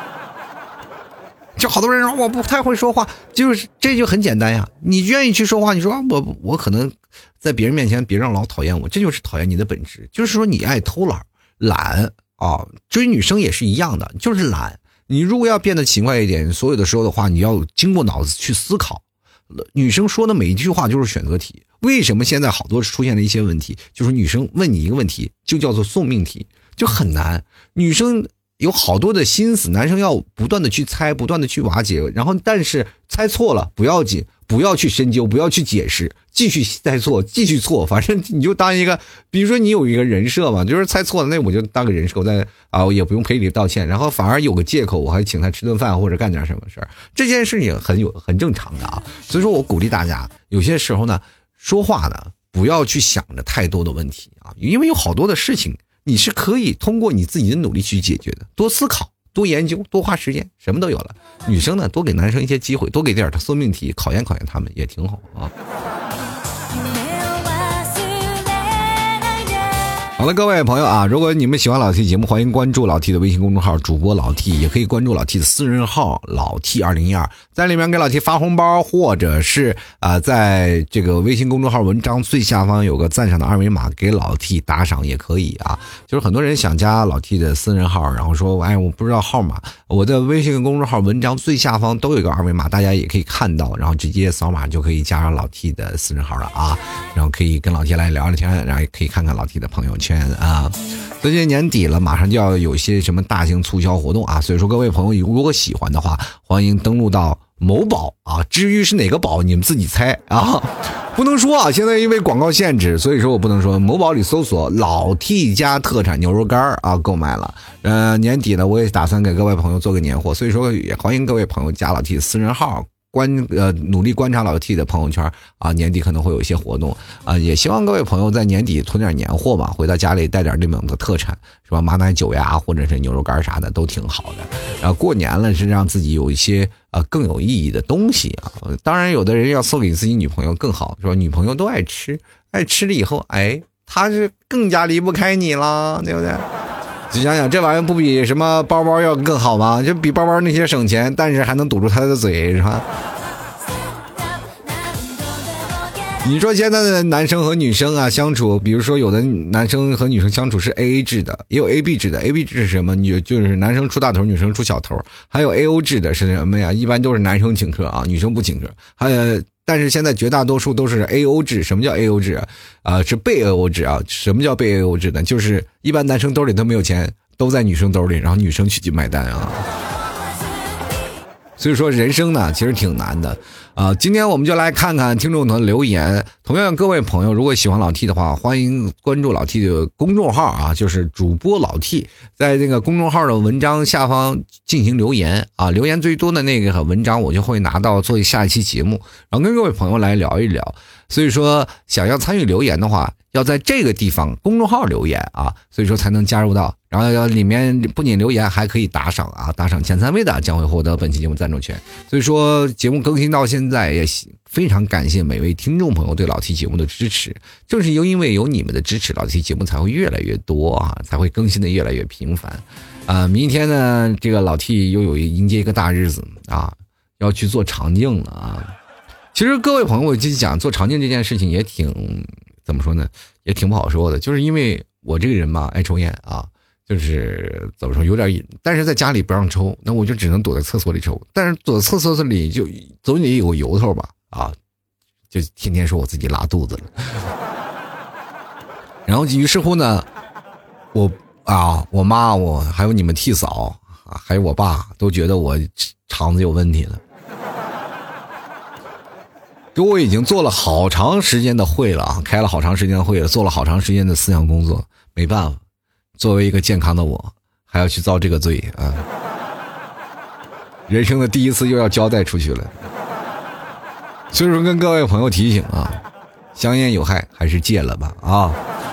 就好多人说我不太会说话，就是这就很简单呀。你愿意去说话，你说我可能在别人面前别让老讨厌我，这就是讨厌你的本质。就是说你爱偷懒啊，追女生也是一样的，就是懒。你如果要变得勤快一点，所有的时候的话，你要经过脑子去思考。女生说的每一句话就是选择题。为什么现在好多出现了一些问题？就是女生问你一个问题，就叫做送命题，就很难。女生有好多的心思，男生要不断的去猜，不断的去瓦解，然后但是猜错了不要紧，不要去深究，不要去解释，继续猜错，继续错，反正你就当一个，比如说你有一个人设嘛，就是猜错了，那我就当个人设，我也不用赔礼道歉，然后反而有个借口，我还请他吃顿饭或者干点什么事儿，这件事情很正常的啊。所以说我鼓励大家，有些时候呢，说话呢不要去想着太多的问题啊，因为有好多的事情你是可以通过你自己的努力去解决的，多思考，多研究，多花时间，什么都有了。女生呢，多给男生一些机会，多给点送命题，考验考验他们也挺好啊。好了，各位朋友啊，如果你们喜欢老 T 节目，欢迎关注老 T 的微信公众号主播老 T， 也可以关注老 T 的私人号老 T2012， 在里面给老 T 发红包，或者是在这个微信公众号文章最下方有个赞赏的二维码，给老 T 打赏也可以啊。就是很多人想加老 T 的私人号，然后说我不知道号码，我的微信公众号文章最下方都有一个二维码，大家也可以看到，然后直接扫码就可以加上老 T 的私人号了啊，然后可以跟老 T 来聊聊天，然后也可以看看老 T 的朋友圈啊。最近年底了，马上就要有一些什么大型促销活动啊，所以说各位朋友如果喜欢的话，欢迎登录到某宝啊，至于是哪个宝你们自己猜啊，不能说啊，现在因为广告限制，所以说我不能说。某宝里搜索老 T 家特产牛肉干啊，购买了。年底呢，我也打算给各位朋友做个年货，所以说也欢迎各位朋友加老 T 私人号。努力观察老 T 的朋友圈啊，年底可能会有一些活动啊，也希望各位朋友在年底囤点年货吧，回到家里带点内蒙的特产，是吧？马奶酒呀，或者是牛肉干啥的都挺好的。然后过年了是让自己有一些更有意义的东西啊。当然，有的人要送给自己女朋友更好，是吧？女朋友都爱吃了以后，她是更加离不开你了，对不对？就想想这玩意儿不比什么包包要更好吗？就比包包那些省钱，但是还能堵住他的嘴，是吧？你说现在的男生和女生啊相处，比如说有的男生和女生相处是 AA 制的，也有 AB 制的。AB 制是什么？就是男生出大头，女生出小头。还有 AO 制的是什么呀？一般都是男生请客啊，女生不请客。但是现在绝大多数都是 AO 制。什么叫 AO 制啊？是被 AO 制啊。什么叫被 AO 制呢？就是一般男生兜里都没有钱，都在女生兜里，然后女生去买单啊。所以说人生呢其实挺难的啊。今天我们就来看看听众的留言。同样各位朋友如果喜欢老 T 的话，欢迎关注老 T 的公众号啊，就是主播老 T， 在这个公众号的文章下方进行留言啊，留言最多的那个文章我就会拿到做下一期节目，然后跟各位朋友来聊一聊。所以说想要参与留言的话，要在这个地方公众号留言啊，所以说才能加入到，然后里面不仅留言还可以打赏啊，打赏前3位的将会获得本期节目赞助权。所以说节目更新到现在也非常感谢每位听众朋友对老 T 节目的支持，正是因为有你们的支持，老 T 节目才会越来越多啊，才会更新的越来越频繁啊。明天呢这个老 T 又有迎接一个大日子啊，要去做肠镜了啊。其实各位朋友，我就讲做肠镜这件事情也挺怎么说呢，也挺不好说的，就是因为我这个人嘛爱抽烟啊，就是怎么说有点瘾，但是在家里不让抽，那我就只能躲在厕所里抽，但是躲在厕所里就总得有由头吧啊，就天天说我自己拉肚子了。然后于是乎呢，我妈我还有你们T嫂啊，还有我爸都觉得我肠子有问题了。给我已经做了好长时间的会了啊，开了好长时间的会了，做了好长时间的思想工作，没办法，作为一个健康的我，还要去遭这个罪啊！人生的第一次又要交代出去了，所以说跟各位朋友提醒啊，香烟有害，还是戒了吧啊！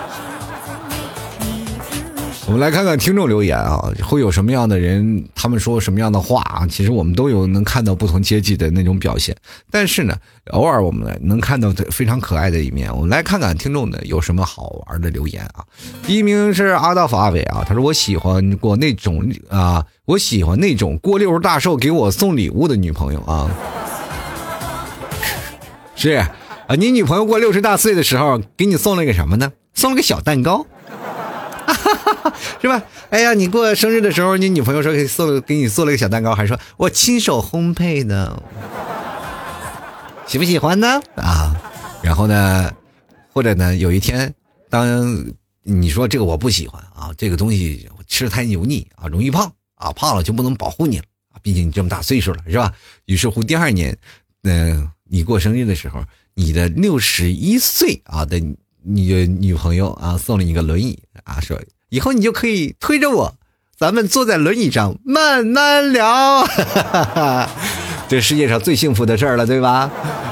我们来看看听众留言啊，会有什么样的人，他们说什么样的话啊？其实我们都有能看到不同阶级的那种表现，但是呢，偶尔我们能看到非常可爱的一面。我们来看看听众的有什么好玩的留言啊。第一名是阿道夫阿伟啊，他说我喜欢那种过60大寿给我送礼物的女朋友啊。是啊，你女朋友过60大岁的时候给你送了个什么呢？送了个小蛋糕。是吧？哎呀，你过生日的时候，你女朋友说给你做了个小蛋糕，还说我亲手烘焙的，喜不喜欢呢？啊，然后呢，或者呢，有一天，当你说这个我不喜欢啊，这个东西吃的太油腻啊，容易胖啊，胖了就不能保护你了啊，毕竟你这么大岁数了，是吧？于是乎，第2年，你过生日的时候，你的61岁啊的你的女朋友啊送了你一个轮椅啊，说以后你就可以推着我，咱们坐在轮椅上慢慢聊。这世界上最幸福的事儿了，对吧？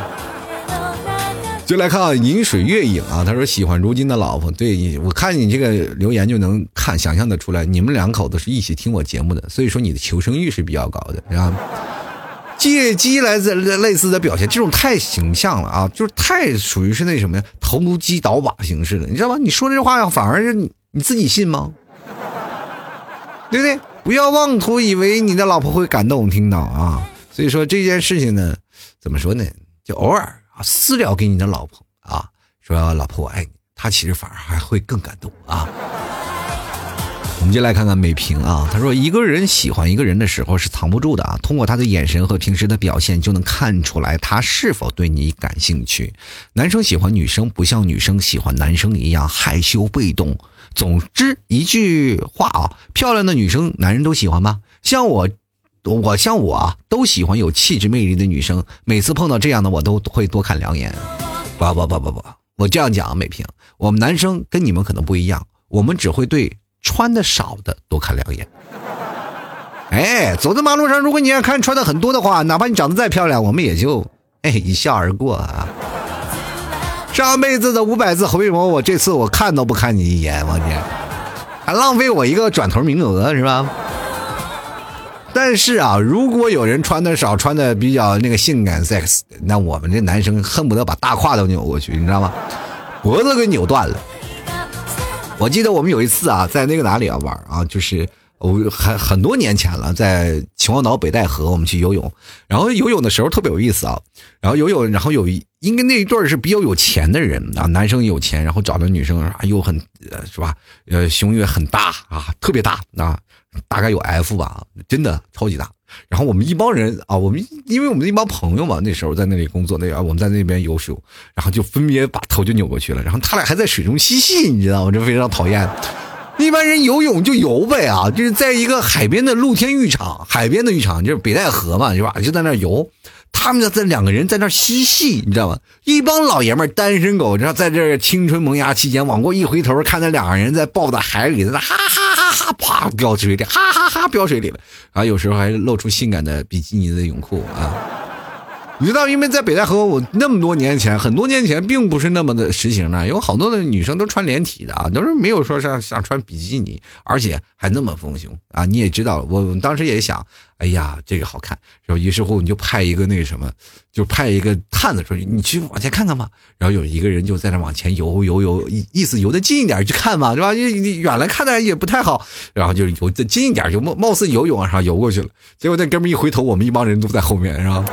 就来看饮水月影啊，他说喜欢如今的老婆。对，我看你这个留言就能想象的出来，你们2口子是一起听我节目的，所以说你的求生欲是比较高的，是吧？借机来自类似的表现，这种太形象了啊，就是太属于是那什么呀，投机倒把形式的，你知道吗？你说这话反而是你自己信吗？对不对？不要妄图以为你的老婆会感动听到啊。所以说这件事情呢，怎么说呢？就偶尔啊私聊给你的老婆啊，说老婆我爱你，她其实反而还会更感动啊。我们就来看看美萍啊，她说一个人喜欢一个人的时候是藏不住的啊，通过他的眼神和平时的表现就能看出来他是否对你感兴趣。男生喜欢女生不像女生喜欢男生一样害羞被动。总之一句话啊，漂亮的女生男人都喜欢吗？像我啊都喜欢有气质魅力的女生，每次碰到这样的我都会多看2眼。不，我这样讲美萍，我们男生跟你们可能不一样，我们只会对穿的少的多看2眼。哎，走在马路上，如果你要看穿的很多的话，哪怕你长得再漂亮，我们也就一笑而过啊。上辈子的500字回眸，我这次我看都不看你一眼，我天，还浪费我一个转头名额是吧？但是啊，如果有人穿的少，穿的比较那个性感 sex， 那我们这男生恨不得把大胯都扭过去，你知道吗？脖子给扭断了。我记得我们有一次啊，在那个哪里啊玩啊，就是很多年前了，在秦皇岛北戴河我们去游泳，然后游泳的时候特别有意思啊，然后应该那一对是比较有钱的人啊，男生有钱，然后找的女生啊又很是吧，胸也很大啊，特别大啊，大概有 F 吧，真的超级大。然后我们一帮人啊，因为我们一帮朋友嘛，那时候在那里工作，我们在那边游水，然后就分别把头就扭过去了，然后他俩还在水中嬉戏，你知道吗？这非常讨厌。一般人游泳就游呗啊，就是在一个海边的露天浴场，就是北戴河嘛，是吧？就在那游，他们这2个人在那嬉戏，你知道吗？一帮老爷们单身狗，然后在这青春萌芽期间，往过一回头，看那2个人在抱在海里，在那哈哈哈哈啪飙水里，哈哈哈飙水里了，啊，有时候还露出性感的比基尼的泳裤啊。你知道，因为在北戴河，我那么多年前，很多年前，并不是那么的实行的，有好多的女生都穿连体的啊，都是没有说像穿比基尼，而且还那么丰胸啊。你也知道，我当时也想，哎呀，这个好看，然后于是乎你就派一个那个什么，就派一个探子出去，你去往前看看吧。然后有一个人就在那往前游，意思游得近一点去看嘛，是吧？远来看的也不太好，然后就游得近一点，就貌似游泳往上游过去了。结果那哥们一回头，我们一帮人都在后面，是吧？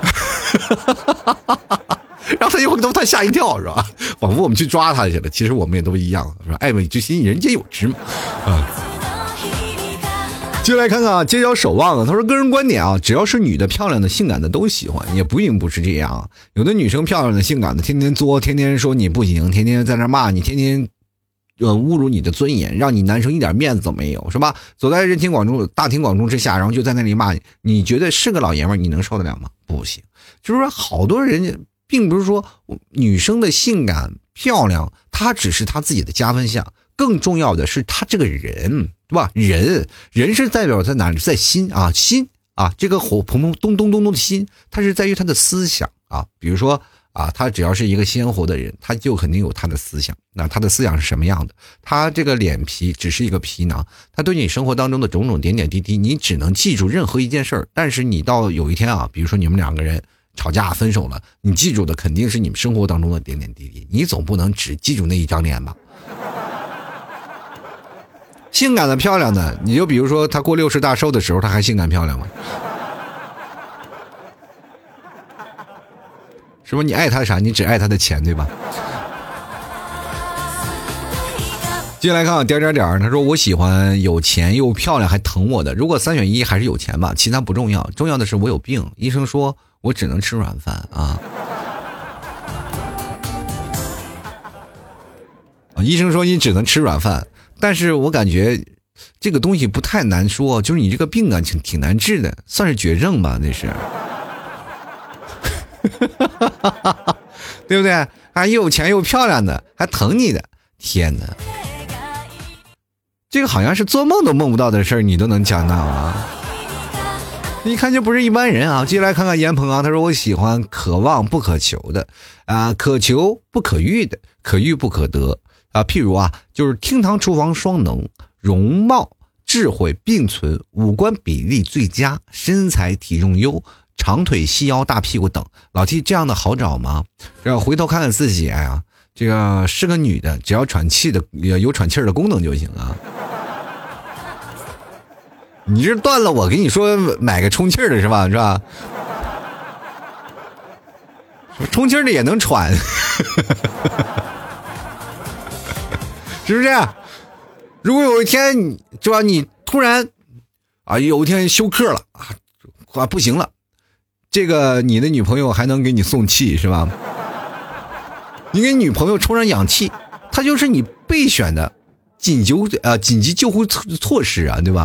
然后他一回头，他吓一跳，是吧？仿佛我们去抓他去了。其实我们也都一样，是吧？爱美之心，人皆有之嘛。啊，接下来看看啊，街角守望啊，他说个人观点啊，只要是女的、漂亮的、性感的都喜欢，也不一定不是这样。有的女生漂亮的、性感的，天天作，天天说你不行，天天在那骂你，天天侮辱你的尊严，让你男生一点面子都没有，是吧？走在大庭广众之下，然后就在那里骂你，你觉得是个老爷们儿，你能受得了吗？不行。就是说，好多人并不是说女生的性感漂亮，她只是她自己的加分项，更重要的是她这个人，对吧？人是代表在哪里？在心啊，心啊，这个火砰砰咚咚咚咚的心，它是在于她的思想啊。比如说啊，他只要是一个鲜活的人，他就肯定有他的思想。那他的思想是什么样的？他这个脸皮只是一个皮囊，他对你生活当中的种种点点滴滴，你只能记住任何一件事儿。但是你到有一天啊，比如说你们2个人吵架分手了，你记住的肯定是你们生活当中的点点滴滴，你总不能只记住那一张脸吧？性感的漂亮的，你就比如说他过60大寿的时候，他还性感漂亮吗？ 是不是？你爱他啥？你只爱他的钱，对吧？接下来看点点点，他说我喜欢有钱又漂亮还疼我的。如果3选1，还是有钱吧，其他不重要，重要的是我有病。医生说我只能吃软饭啊。医生说你只能吃软饭，但是我感觉这个东西不太难说，就是你这个病啊挺难治的，算是绝症吧，那是。对不对？还又有钱又漂亮的，还疼你的，天哪！这个好像是做梦都梦不到的事儿，你都能讲到啊！一看就不是一般人啊！接下来看看严鹏啊，他说我喜欢可望不可求的啊，可求不可遇的，可遇不可得啊。譬如啊，就是厅堂厨房双能，容貌智慧并存，五官比例最佳，身材体重优，长腿细腰大屁股等。老 T 这样的好找吗？然后回头看看自己，哎呀，这个是个女的，只要喘气的有喘气的功能就行啊。你这断了，我跟你说买个充气的是吧？是吧？充气的也能喘，是不是？如果有一天是吧，你突然啊有一天休克了啊不行了，这个你的女朋友还能给你送气是吧？你给女朋友充上氧气，它就是你备选的紧急救护措施啊，对吧？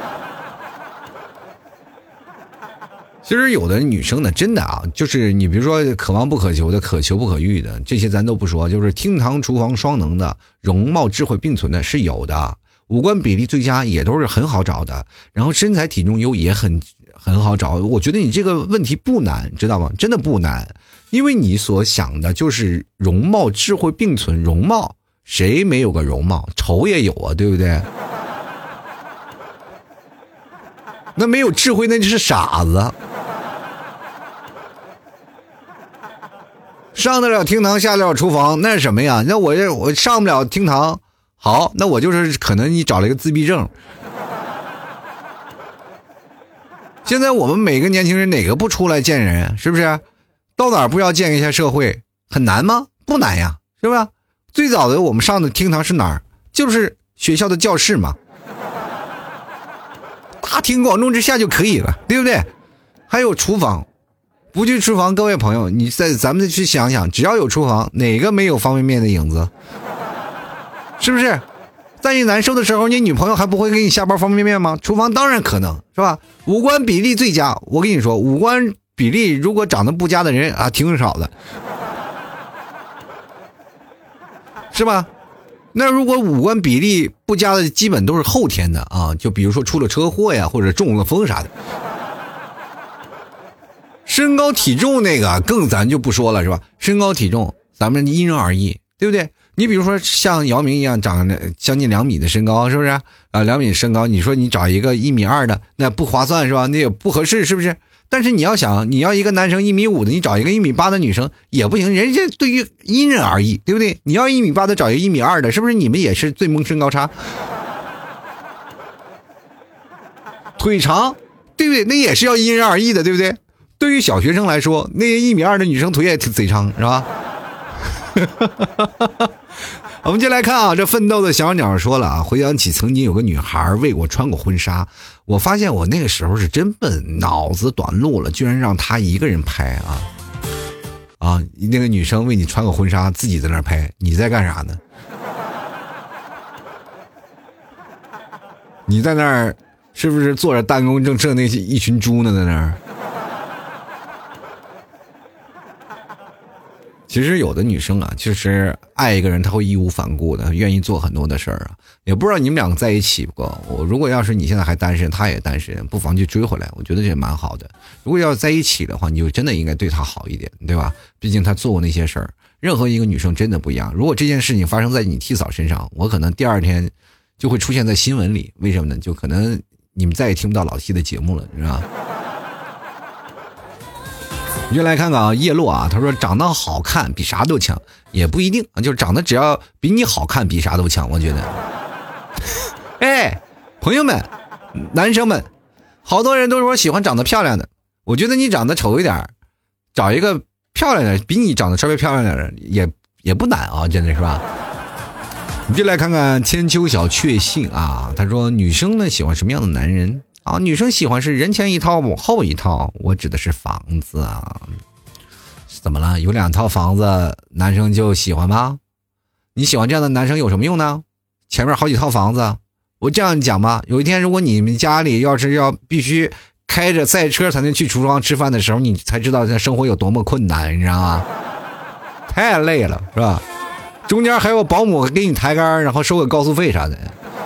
其实有的女生呢，真的啊，就是你比如说可望不可求的，可求不可遇的，这些咱都不说，就是厅堂厨房双能的，容貌智慧并存的是有的，五官比例最佳也都是很好找的，然后身材体重优也很好找。我觉得你这个问题不难，知道吗？真的不难，因为你所想的就是容貌智慧并存。容貌谁没有个容貌？丑也有啊，对不对？那没有智慧那就是傻子。上得了厅堂下得了厨房，那是什么呀？那我上不了厅堂，好，那我就是可能你找了一个自闭症。现在我们每个年轻人哪个不出来见人，是不是？到哪儿不要见一下社会，很难吗？不难呀，是吧？最早的我们上的厅堂是哪儿？就是学校的教室嘛，大庭广众之下就可以了，对不对？还有厨房。不去厨房，各位朋友，咱们去想想，只要有厨房，哪个没有方便面的影子？是不是？在你难受的时候，你女朋友还不会给你下包方便面吗？厨房当然可能，是吧？五官比例最佳，我跟你说，五官比例如果长得不佳的人啊，挺少的，是吧？那如果五官比例不佳的，基本都是后天的啊，就比如说出了车祸呀，或者中了风啥的。身高体重那个更咱就不说了，是吧？身高体重咱们因人而异，对不对？你比如说像姚明一样长将近2米的身高，是不是啊？2米身高，你说你找一个1.2米的，那不划算是吧？那也不合适，是不是？但是你要想，你要一个男生1.5米的，你找一个1.8米的女生也不行，人家对于因人而异，对不对？你要1.8米的找一个1.2米的，是不是你们也是最萌身高差？腿长，对不对？那也是要因人而异的，对不对？对于小学生来说，那1.2米的女生腿也贼长，是吧？我们接来看啊，这奋斗的小鸟说了啊，回想起曾经有个女孩为我穿过婚纱，我发现我那个时候是真笨，脑子短路了，居然让她一个人拍啊！那个女生为你穿个婚纱，自己在那儿拍，你在干啥呢？你在那儿是不是坐着弹弓正射那些一群猪呢？在那儿？其实有的女生啊，就是爱一个人，她会义无反顾的，愿意做很多的事儿啊。也不知道你们两个在一起过，如果要是你现在还单身，她也单身，不妨去追回来，我觉得这也蛮好的。如果要在一起的话，你就真的应该对她好一点，对吧？毕竟她做过那些事儿。任何一个女生真的不一样。如果这件事情发生在你替嫂身上，我可能第二天就会出现在新闻里。为什么呢？就可能你们再也听不到老 T 的节目了，是吧？你就来看看啊，叶落啊，他说长得好看比啥都强，也不一定啊，就是长得只要比你好看比啥都强，我觉得。哎，朋友们，男生们，好多人都说喜欢长得漂亮的，我觉得你长得丑一点，找一个漂亮的比你长得稍微漂亮的人也不难啊，真的是吧？你就来看看千秋小确幸啊，他说女生呢喜欢什么样的男人啊？女生喜欢是人前一套后一套，我指的是房子啊。怎么了？有2套房子，男生就喜欢吗？你喜欢这样的男生有什么用呢？前面好几套房子，我这样讲吧，有一天如果你们家里要必须开着赛车才能去厨房吃饭的时候，你才知道这生活有多么困难，你知道吗？太累了，是吧？中间还有保姆给你抬杆，然后收个高速费啥的。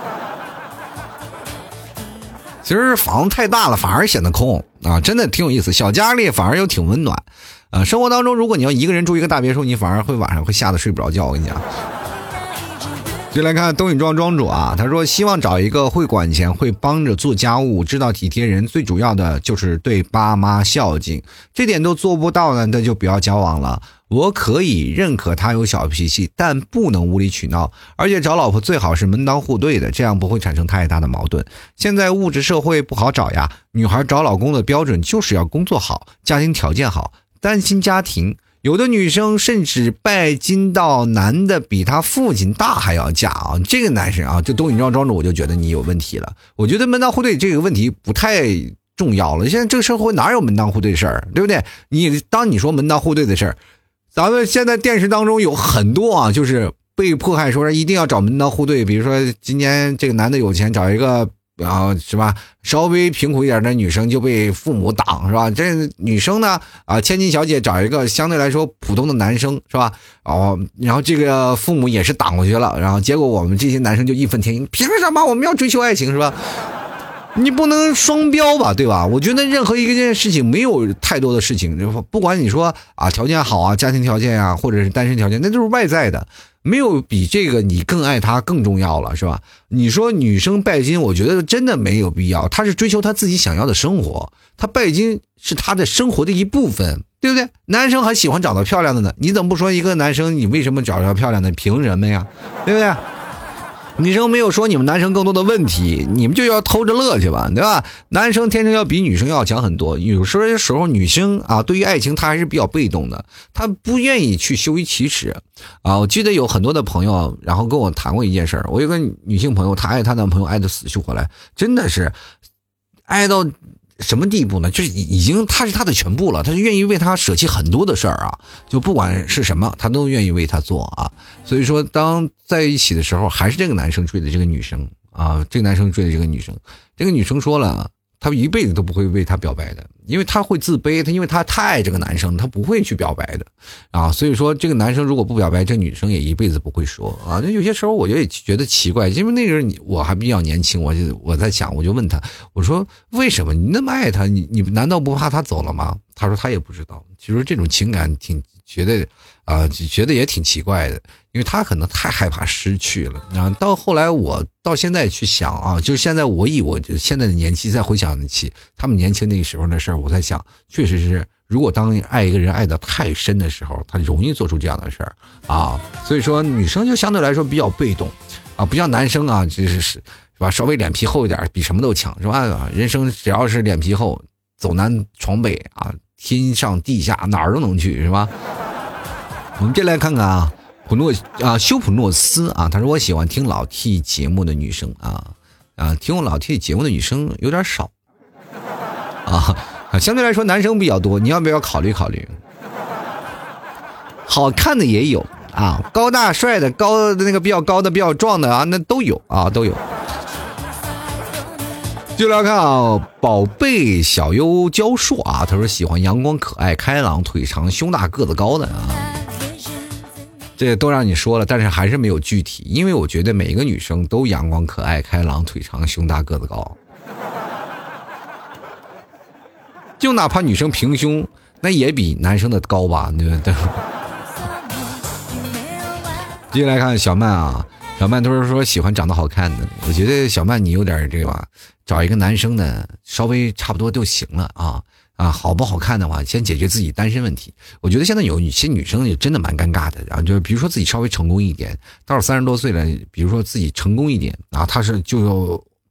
其实房子太大了反而显得空啊，真的挺有意思。小家里反而又挺温暖啊。生活当中如果你要一个人住一个大别墅，你反而会晚上会吓得睡不着觉，我跟你讲。就来看东影庄庄主啊，他说希望找一个会管钱、会帮着做家务、知道体贴人，最主要的就是对爸妈孝敬，这点都做不到呢，那就不要交往了。我可以认可他有小脾气，但不能无理取闹，而且找老婆最好是门当户对的，这样不会产生太大的矛盾。现在物质社会不好找呀，女孩找老公的标准就是要工作好、家庭条件好、单亲家庭。有的女生甚至拜金到男的比他父亲大还要嫁啊！这个男生啊，就东影庄庄主，我就觉得你有问题了。我觉得门当户对这个问题不太重要了。现在这个社会哪有门当户对的事儿，对不对？当你说门当户对的事儿，咱们现在电视当中有很多啊，就是被迫害说一定要找门当户对。比如说今年这个男的有钱，找一个是吧，稍微贫苦一点的女生就被父母挡，是吧？这女生呢千金小姐找一个相对来说普通的男生，是吧？然后这个父母也是挡过去了，然后结果我们这些男生就义愤填膺，凭什么我们要追求爱情，是吧？你不能双标吧，对吧？我觉得任何一件事情没有太多的事情，不管你说条件好啊，家庭条件啊，或者是单身条件，那都是外在的，没有比这个你更爱他更重要了，是吧？你说女生拜金，我觉得真的没有必要，她是追求她自己想要的生活，她拜金是她的生活的一部分，对不对？男生还喜欢长得漂亮的呢，你怎么不说一个男生你为什么找着漂亮的，凭什么呀？对不对？女生没有说你们男生更多的问题，你们就要偷着乐去吧，对吧？男生天生要比女生要强很多，有时候女生对于爱情她还是比较被动的，她不愿意去羞于启齿我记得有很多的朋友然后跟我谈过一件事儿，我有个女性朋友，她爱她男朋友爱得死去活来，真的是爱到什么地步呢？就是已经他是他的全部了，他就愿意为他舍弃很多的事儿就不管是什么他都愿意为他做所以说当在一起的时候还是这个男生追的这个女生这个男生追的这个女生，这个女生说了他一辈子都不会为他表白的，因为他会自卑，因为他太爱这个男生，他不会去表白的所以说这个男生如果不表白，这女生也一辈子不会说那有些时候我也觉得奇怪，因为那时候我还比较年轻，我在想，我就问他，我说为什么你那么爱他，你难道不怕他走了吗？他说他也不知道，其实这种情感挺觉得也挺奇怪的，因为他可能太害怕失去了。然后到后来我到现在去想就是现在我以我现在的年纪再回想起他们年轻那个时候的事儿，我在想，确实是如果当爱一个人爱得太深的时候，他容易做出这样的事儿所以说女生就相对来说比较被动不像男生是吧，稍微脸皮厚一点比什么都强，是吧？人生只要是脸皮厚，走南闯北天上地下哪儿都能去，是吧？我们这来看看修普诺斯他说我喜欢听老 T 节目的女生听我老 T 节目的女生有点少相对来说男生比较多，你要不要考虑考虑？好看的也有高大帅的，高的那个比较高的比较壮的那都有都有。就来看宝贝小优教硕他说喜欢阳光可爱开朗腿长胸大个子高的这都让你说了，但是还是没有具体，因为我觉得每一个女生都阳光可爱开朗腿长胸大个子高，就哪怕女生平胸那也比男生的高吧，对不对？接下来看小曼小曼都是说喜欢长得好看的，我觉得小曼你有点这个吧，找一个男生呢稍微差不多就行了好不好看的话先解决自己单身问题。我觉得现在有些女生也真的蛮尴尬的就是比如说自己稍微成功一点，到了30多岁了，比如说自己成功一点她是就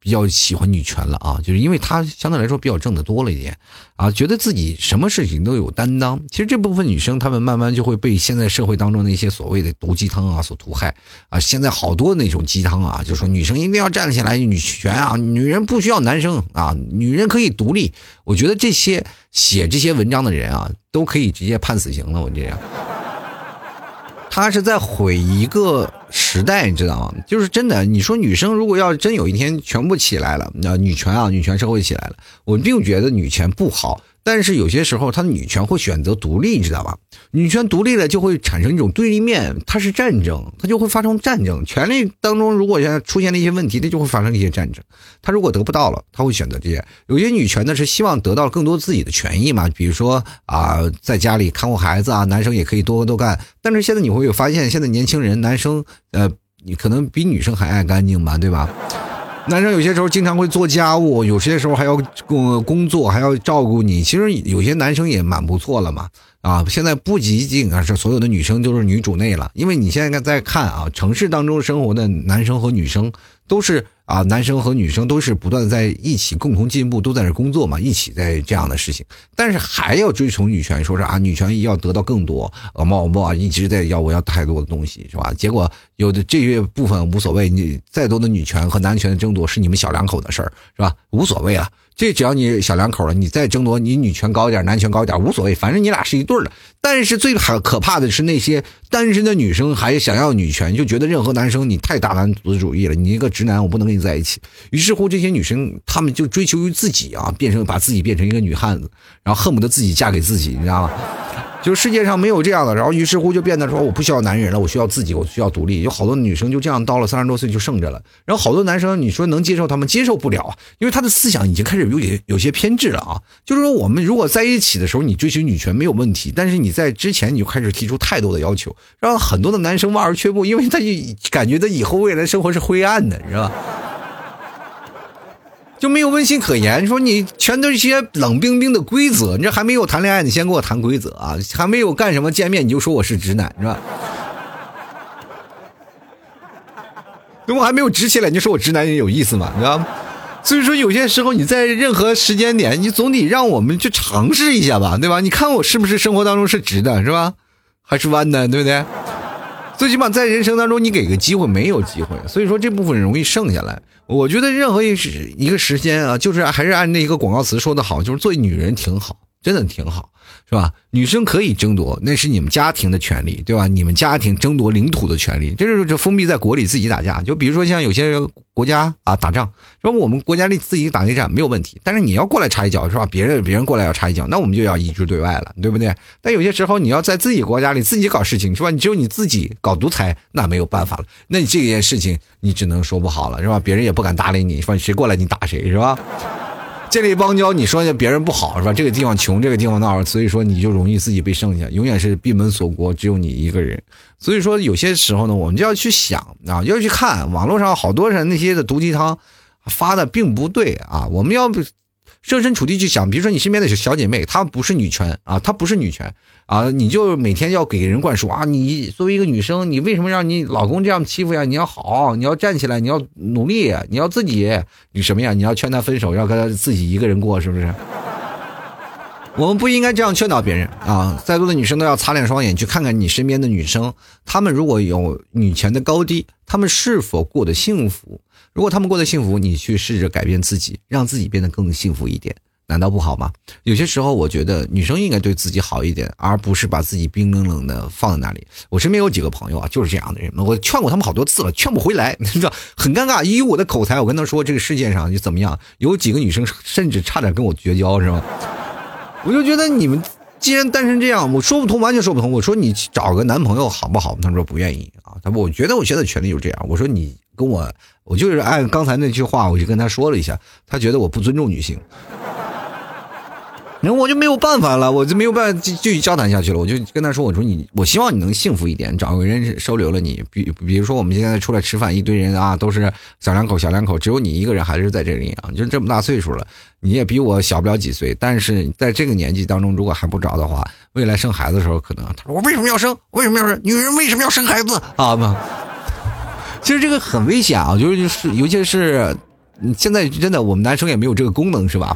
比较喜欢女权了啊，就是因为她相对来说比较挣得多了一点啊，觉得自己什么事情都有担当。其实这部分女生她们慢慢就会被现在社会当中的一些所谓的毒鸡汤啊所毒害啊。现在好多那种鸡汤啊，就说女生一定要站起来，女权啊，女人不需要男生啊，女人可以独立。我觉得这些写这些文章的人啊，都可以直接判死刑了。我这样。他是在毁一个时代，你知道吗？就是真的，你说女生如果要真有一天全部起来了，女权啊，女权社会起来了，我并觉得女权不好，但是有些时候她的女权会选择独立，你知道吧？女权独立了就会产生一种对立面，它是战争，它就会发生战争。权力当中如果现在出现了一些问题，它就会发生一些战争。她如果得不到了，她会选择这些。有些女权呢是希望得到更多自己的权益嘛，比如说在家里看护孩子啊，男生也可以多干。但是现在你会有发现，现在年轻人男生你可能比女生还爱干净嘛，对吧？男生有些时候经常会做家务，有些时候还要工作，还要照顾你。其实有些男生也蛮不错了嘛。现在不仅仅是所有的女生都是女主内了，因为你现在在看啊，城市当中生活的男生和女生都是男生和女生都是不断的在一起共同进步，都在这工作嘛，一起在这样的事情，但是还要追求女权，说是女权要得到更多，我一直在我要太多的东西，是吧？结果有的这些部分无所谓，你再多的女权和男权的争夺是你们小两口的事儿，是吧？无所谓了。这只要你小两口了，你再争夺，你女权高一点，男权高一点无所谓，反正你俩是一对的。但是最可怕的是那些单身的女生还想要女权，就觉得任何男生你太大男子主义了，你一个直男我不能跟你在一起。于是乎这些女生她们就追求于自己把自己变成一个女汉子，然后恨不得自己嫁给自己，你知道吗？就世界上没有这样的，然后于是乎就变得说我不需要男人了，我需要自己，我需要独立。有好多女生就这样到了30多岁就剩着了，然后好多男生你说能接受他们接受不了，因为他的思想已经开始有些偏执了啊。就是说我们如果在一起的时候你追求女权没有问题，但是你在之前你就开始提出太多的要求，让很多的男生望而却步，因为他就感觉他以后未来生活是灰暗的，是吧？就没有温馨可言，说你全都是一些冷冰冰的规则，你这还没有谈恋爱你先给我谈规则啊，还没有干什么见面你就说我是直男，是吧？等我还没有直起来你就说我直男也有意思嘛，你知道吗？所以说有些时候你在任何时间点你总得让我们去尝试一下吧，对吧？你看我是不是生活当中是直的，是吧？还是弯的，对不对？最起码在人生当中你给个机会，没有机会，所以说这部分容易剩下来。我觉得任何一个时间啊，就是还是按那一个广告词说的好，就是做女人挺好，真的挺好，是吧？女生可以争夺，那是你们家庭的权利，对吧？你们家庭争夺领土的权利，这是封闭在国里自己打架。就比如说像有些国家打仗，说我们国家里自己打内战没有问题，但是你要过来插一脚，是吧？别人过来要插一脚，那我们就要一致对外了，对不对？但有些时候你要在自己国家里自己搞事情，是吧？你只有你自己搞独裁，那没有办法了。那你这件事情你只能说不好了，是吧？别人也不敢搭理你，说谁过来你打谁，是吧？建立邦交，你说别人不好是吧？这个地方穷，这个地方闹，所以说你就容易自己被剩下，永远是闭门锁国，只有你一个人。所以说有些时候呢，我们就要去想要去看网络上好多人那些的毒鸡汤发的并不对我们要设身处地去想，比如说你身边的小姐妹，她不是女权她不是女权你就每天要给人灌输你作为一个女生，你为什么让你老公这样欺负呀？你要好，你要站起来，你要努力，你要自己，你什么呀？你要劝他分手，要跟他自己一个人过，是不是？我们不应该这样劝导别人在座的女生都要擦亮双眼，去看看你身边的女生，她们如果有女权的高低，她们是否过得幸福？如果她们过得幸福，你去试着改变自己，让自己变得更幸福一点，难道不好吗？有些时候我觉得女生应该对自己好一点，而不是把自己冰冷冷的放在那里。我身边有几个朋友就是这样的人，我劝过他们好多次了，劝不回来，你知道很尴尬。以我的口才，我跟他说这个世界上就怎么样，有几个女生甚至差点跟我绝交，是吧？我就觉得你们既然单身这样，我说不通，完全说不通。我说你找个男朋友好不好？他说不愿意他说我觉得我现在权利就是这样。我说你跟我就是按刚才那句话，我就跟他说了一下，他觉得我不尊重女性。然后我就没有办法了，我就没有办法继续交谈下去了。我就跟他说，我希望你能幸福一点，找个人收留了你。比如说我们现在出来吃饭，一堆人都是小两口，只有你一个人还是在这里就这么大岁数了，你也比我小不了几岁，但是在这个年纪当中，如果还不找的话，未来生孩子的时候可能他说我为什么要生？女人为什么要生孩子其实这个很危险就是尤其是现在真的我们男生也没有这个功能，是吧？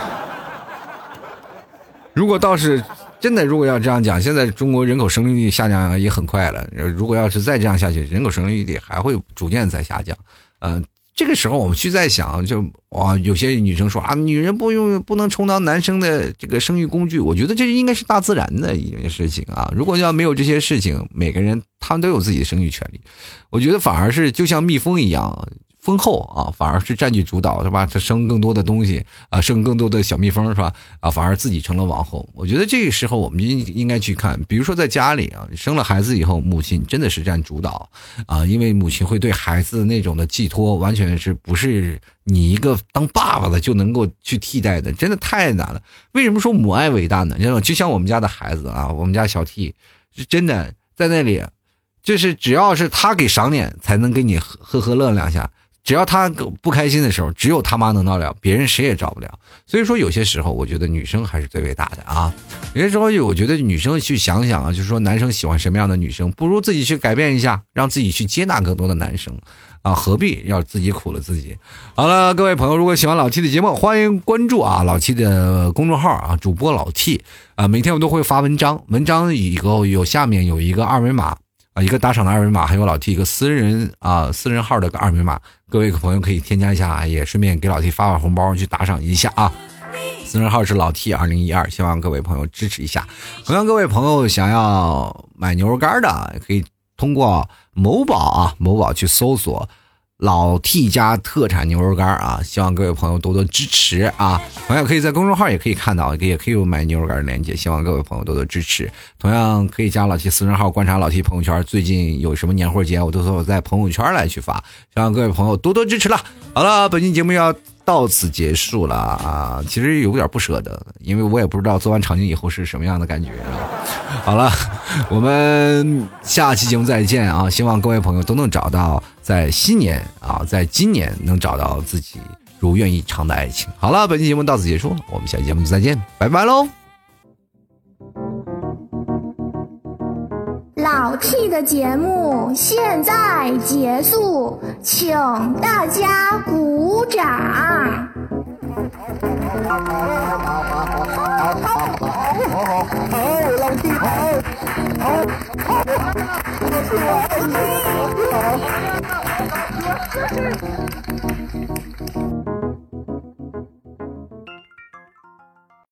如果倒是真的，如果要这样讲，现在中国人口生育率下降也很快了。如果要是再这样下去，人口生育率还会逐渐在下降。这个时候我们去在想，就有些女生说啊，女人不能充当男生的这个生育工具。我觉得这应该是大自然的一件事情啊。如果要没有这些事情，每个人他们都有自己的生育权利。我觉得反而是就像蜜蜂一样。蜂后啊，反而是占据主导，是吧？它生更多的东西啊，生更多的小蜜蜂，是吧？啊，反而自己成了王后。我觉得这个时候我们应该去看，比如说在家里啊，生了孩子以后，母亲真的是占主导啊，因为母亲会对孩子那种的寄托，完全是不是你一个当爸爸的就能够去替代的，真的太难了。为什么说母爱伟大呢？就像我们家的孩子啊，我们家小 T 是真的在那里，就是只要是他给赏脸，才能给你呵乐两下。只要他不开心的时候，只有他妈能到了，别人谁也找不了。所以说有些时候我觉得女生还是最伟大的啊。有些时候我觉得女生去想想啊，就是说男生喜欢什么样的女生，不如自己去改变一下，让自己去接纳更多的男生啊，何必要自己苦了自己。好了，各位朋友，如果喜欢老 T 的节目，欢迎关注啊老 T 的公众号啊，主播老 T 啊，每天我都会发文章以后有下面有一个二维码啊，一个打赏的二维码，还有老 T 一个私人号的二维码，各位朋友可以添加一下，也顺便给老 T 发红包去打赏一下啊。私人号是老 T 2012，希望各位朋友支持一下。同样，各位朋友想要买牛肉干的，可以通过某宝去搜索老 T 家特产牛肉干啊，希望各位朋友多多支持啊！同样可以在公众号也可以看到，也可以有买牛肉干的链接，希望各位朋友多多支持。同样可以加老 T 私人号，观察老 T 朋友圈，最近有什么年货节，我都会在朋友圈来去发，希望各位朋友多多支持了。好了，本期节目要到此结束了啊！其实有点不舍得，因为我也不知道做完场景以后是什么样的感觉啊。好了，我们下期节目再见啊！希望各位朋友都能找到在新年啊，在今年能找到自己如愿以偿的爱情。好了，本期节目到此结束，我们下期节目再见，拜拜喽！ 老 T 的节目现在结束，请大家鼓掌。好，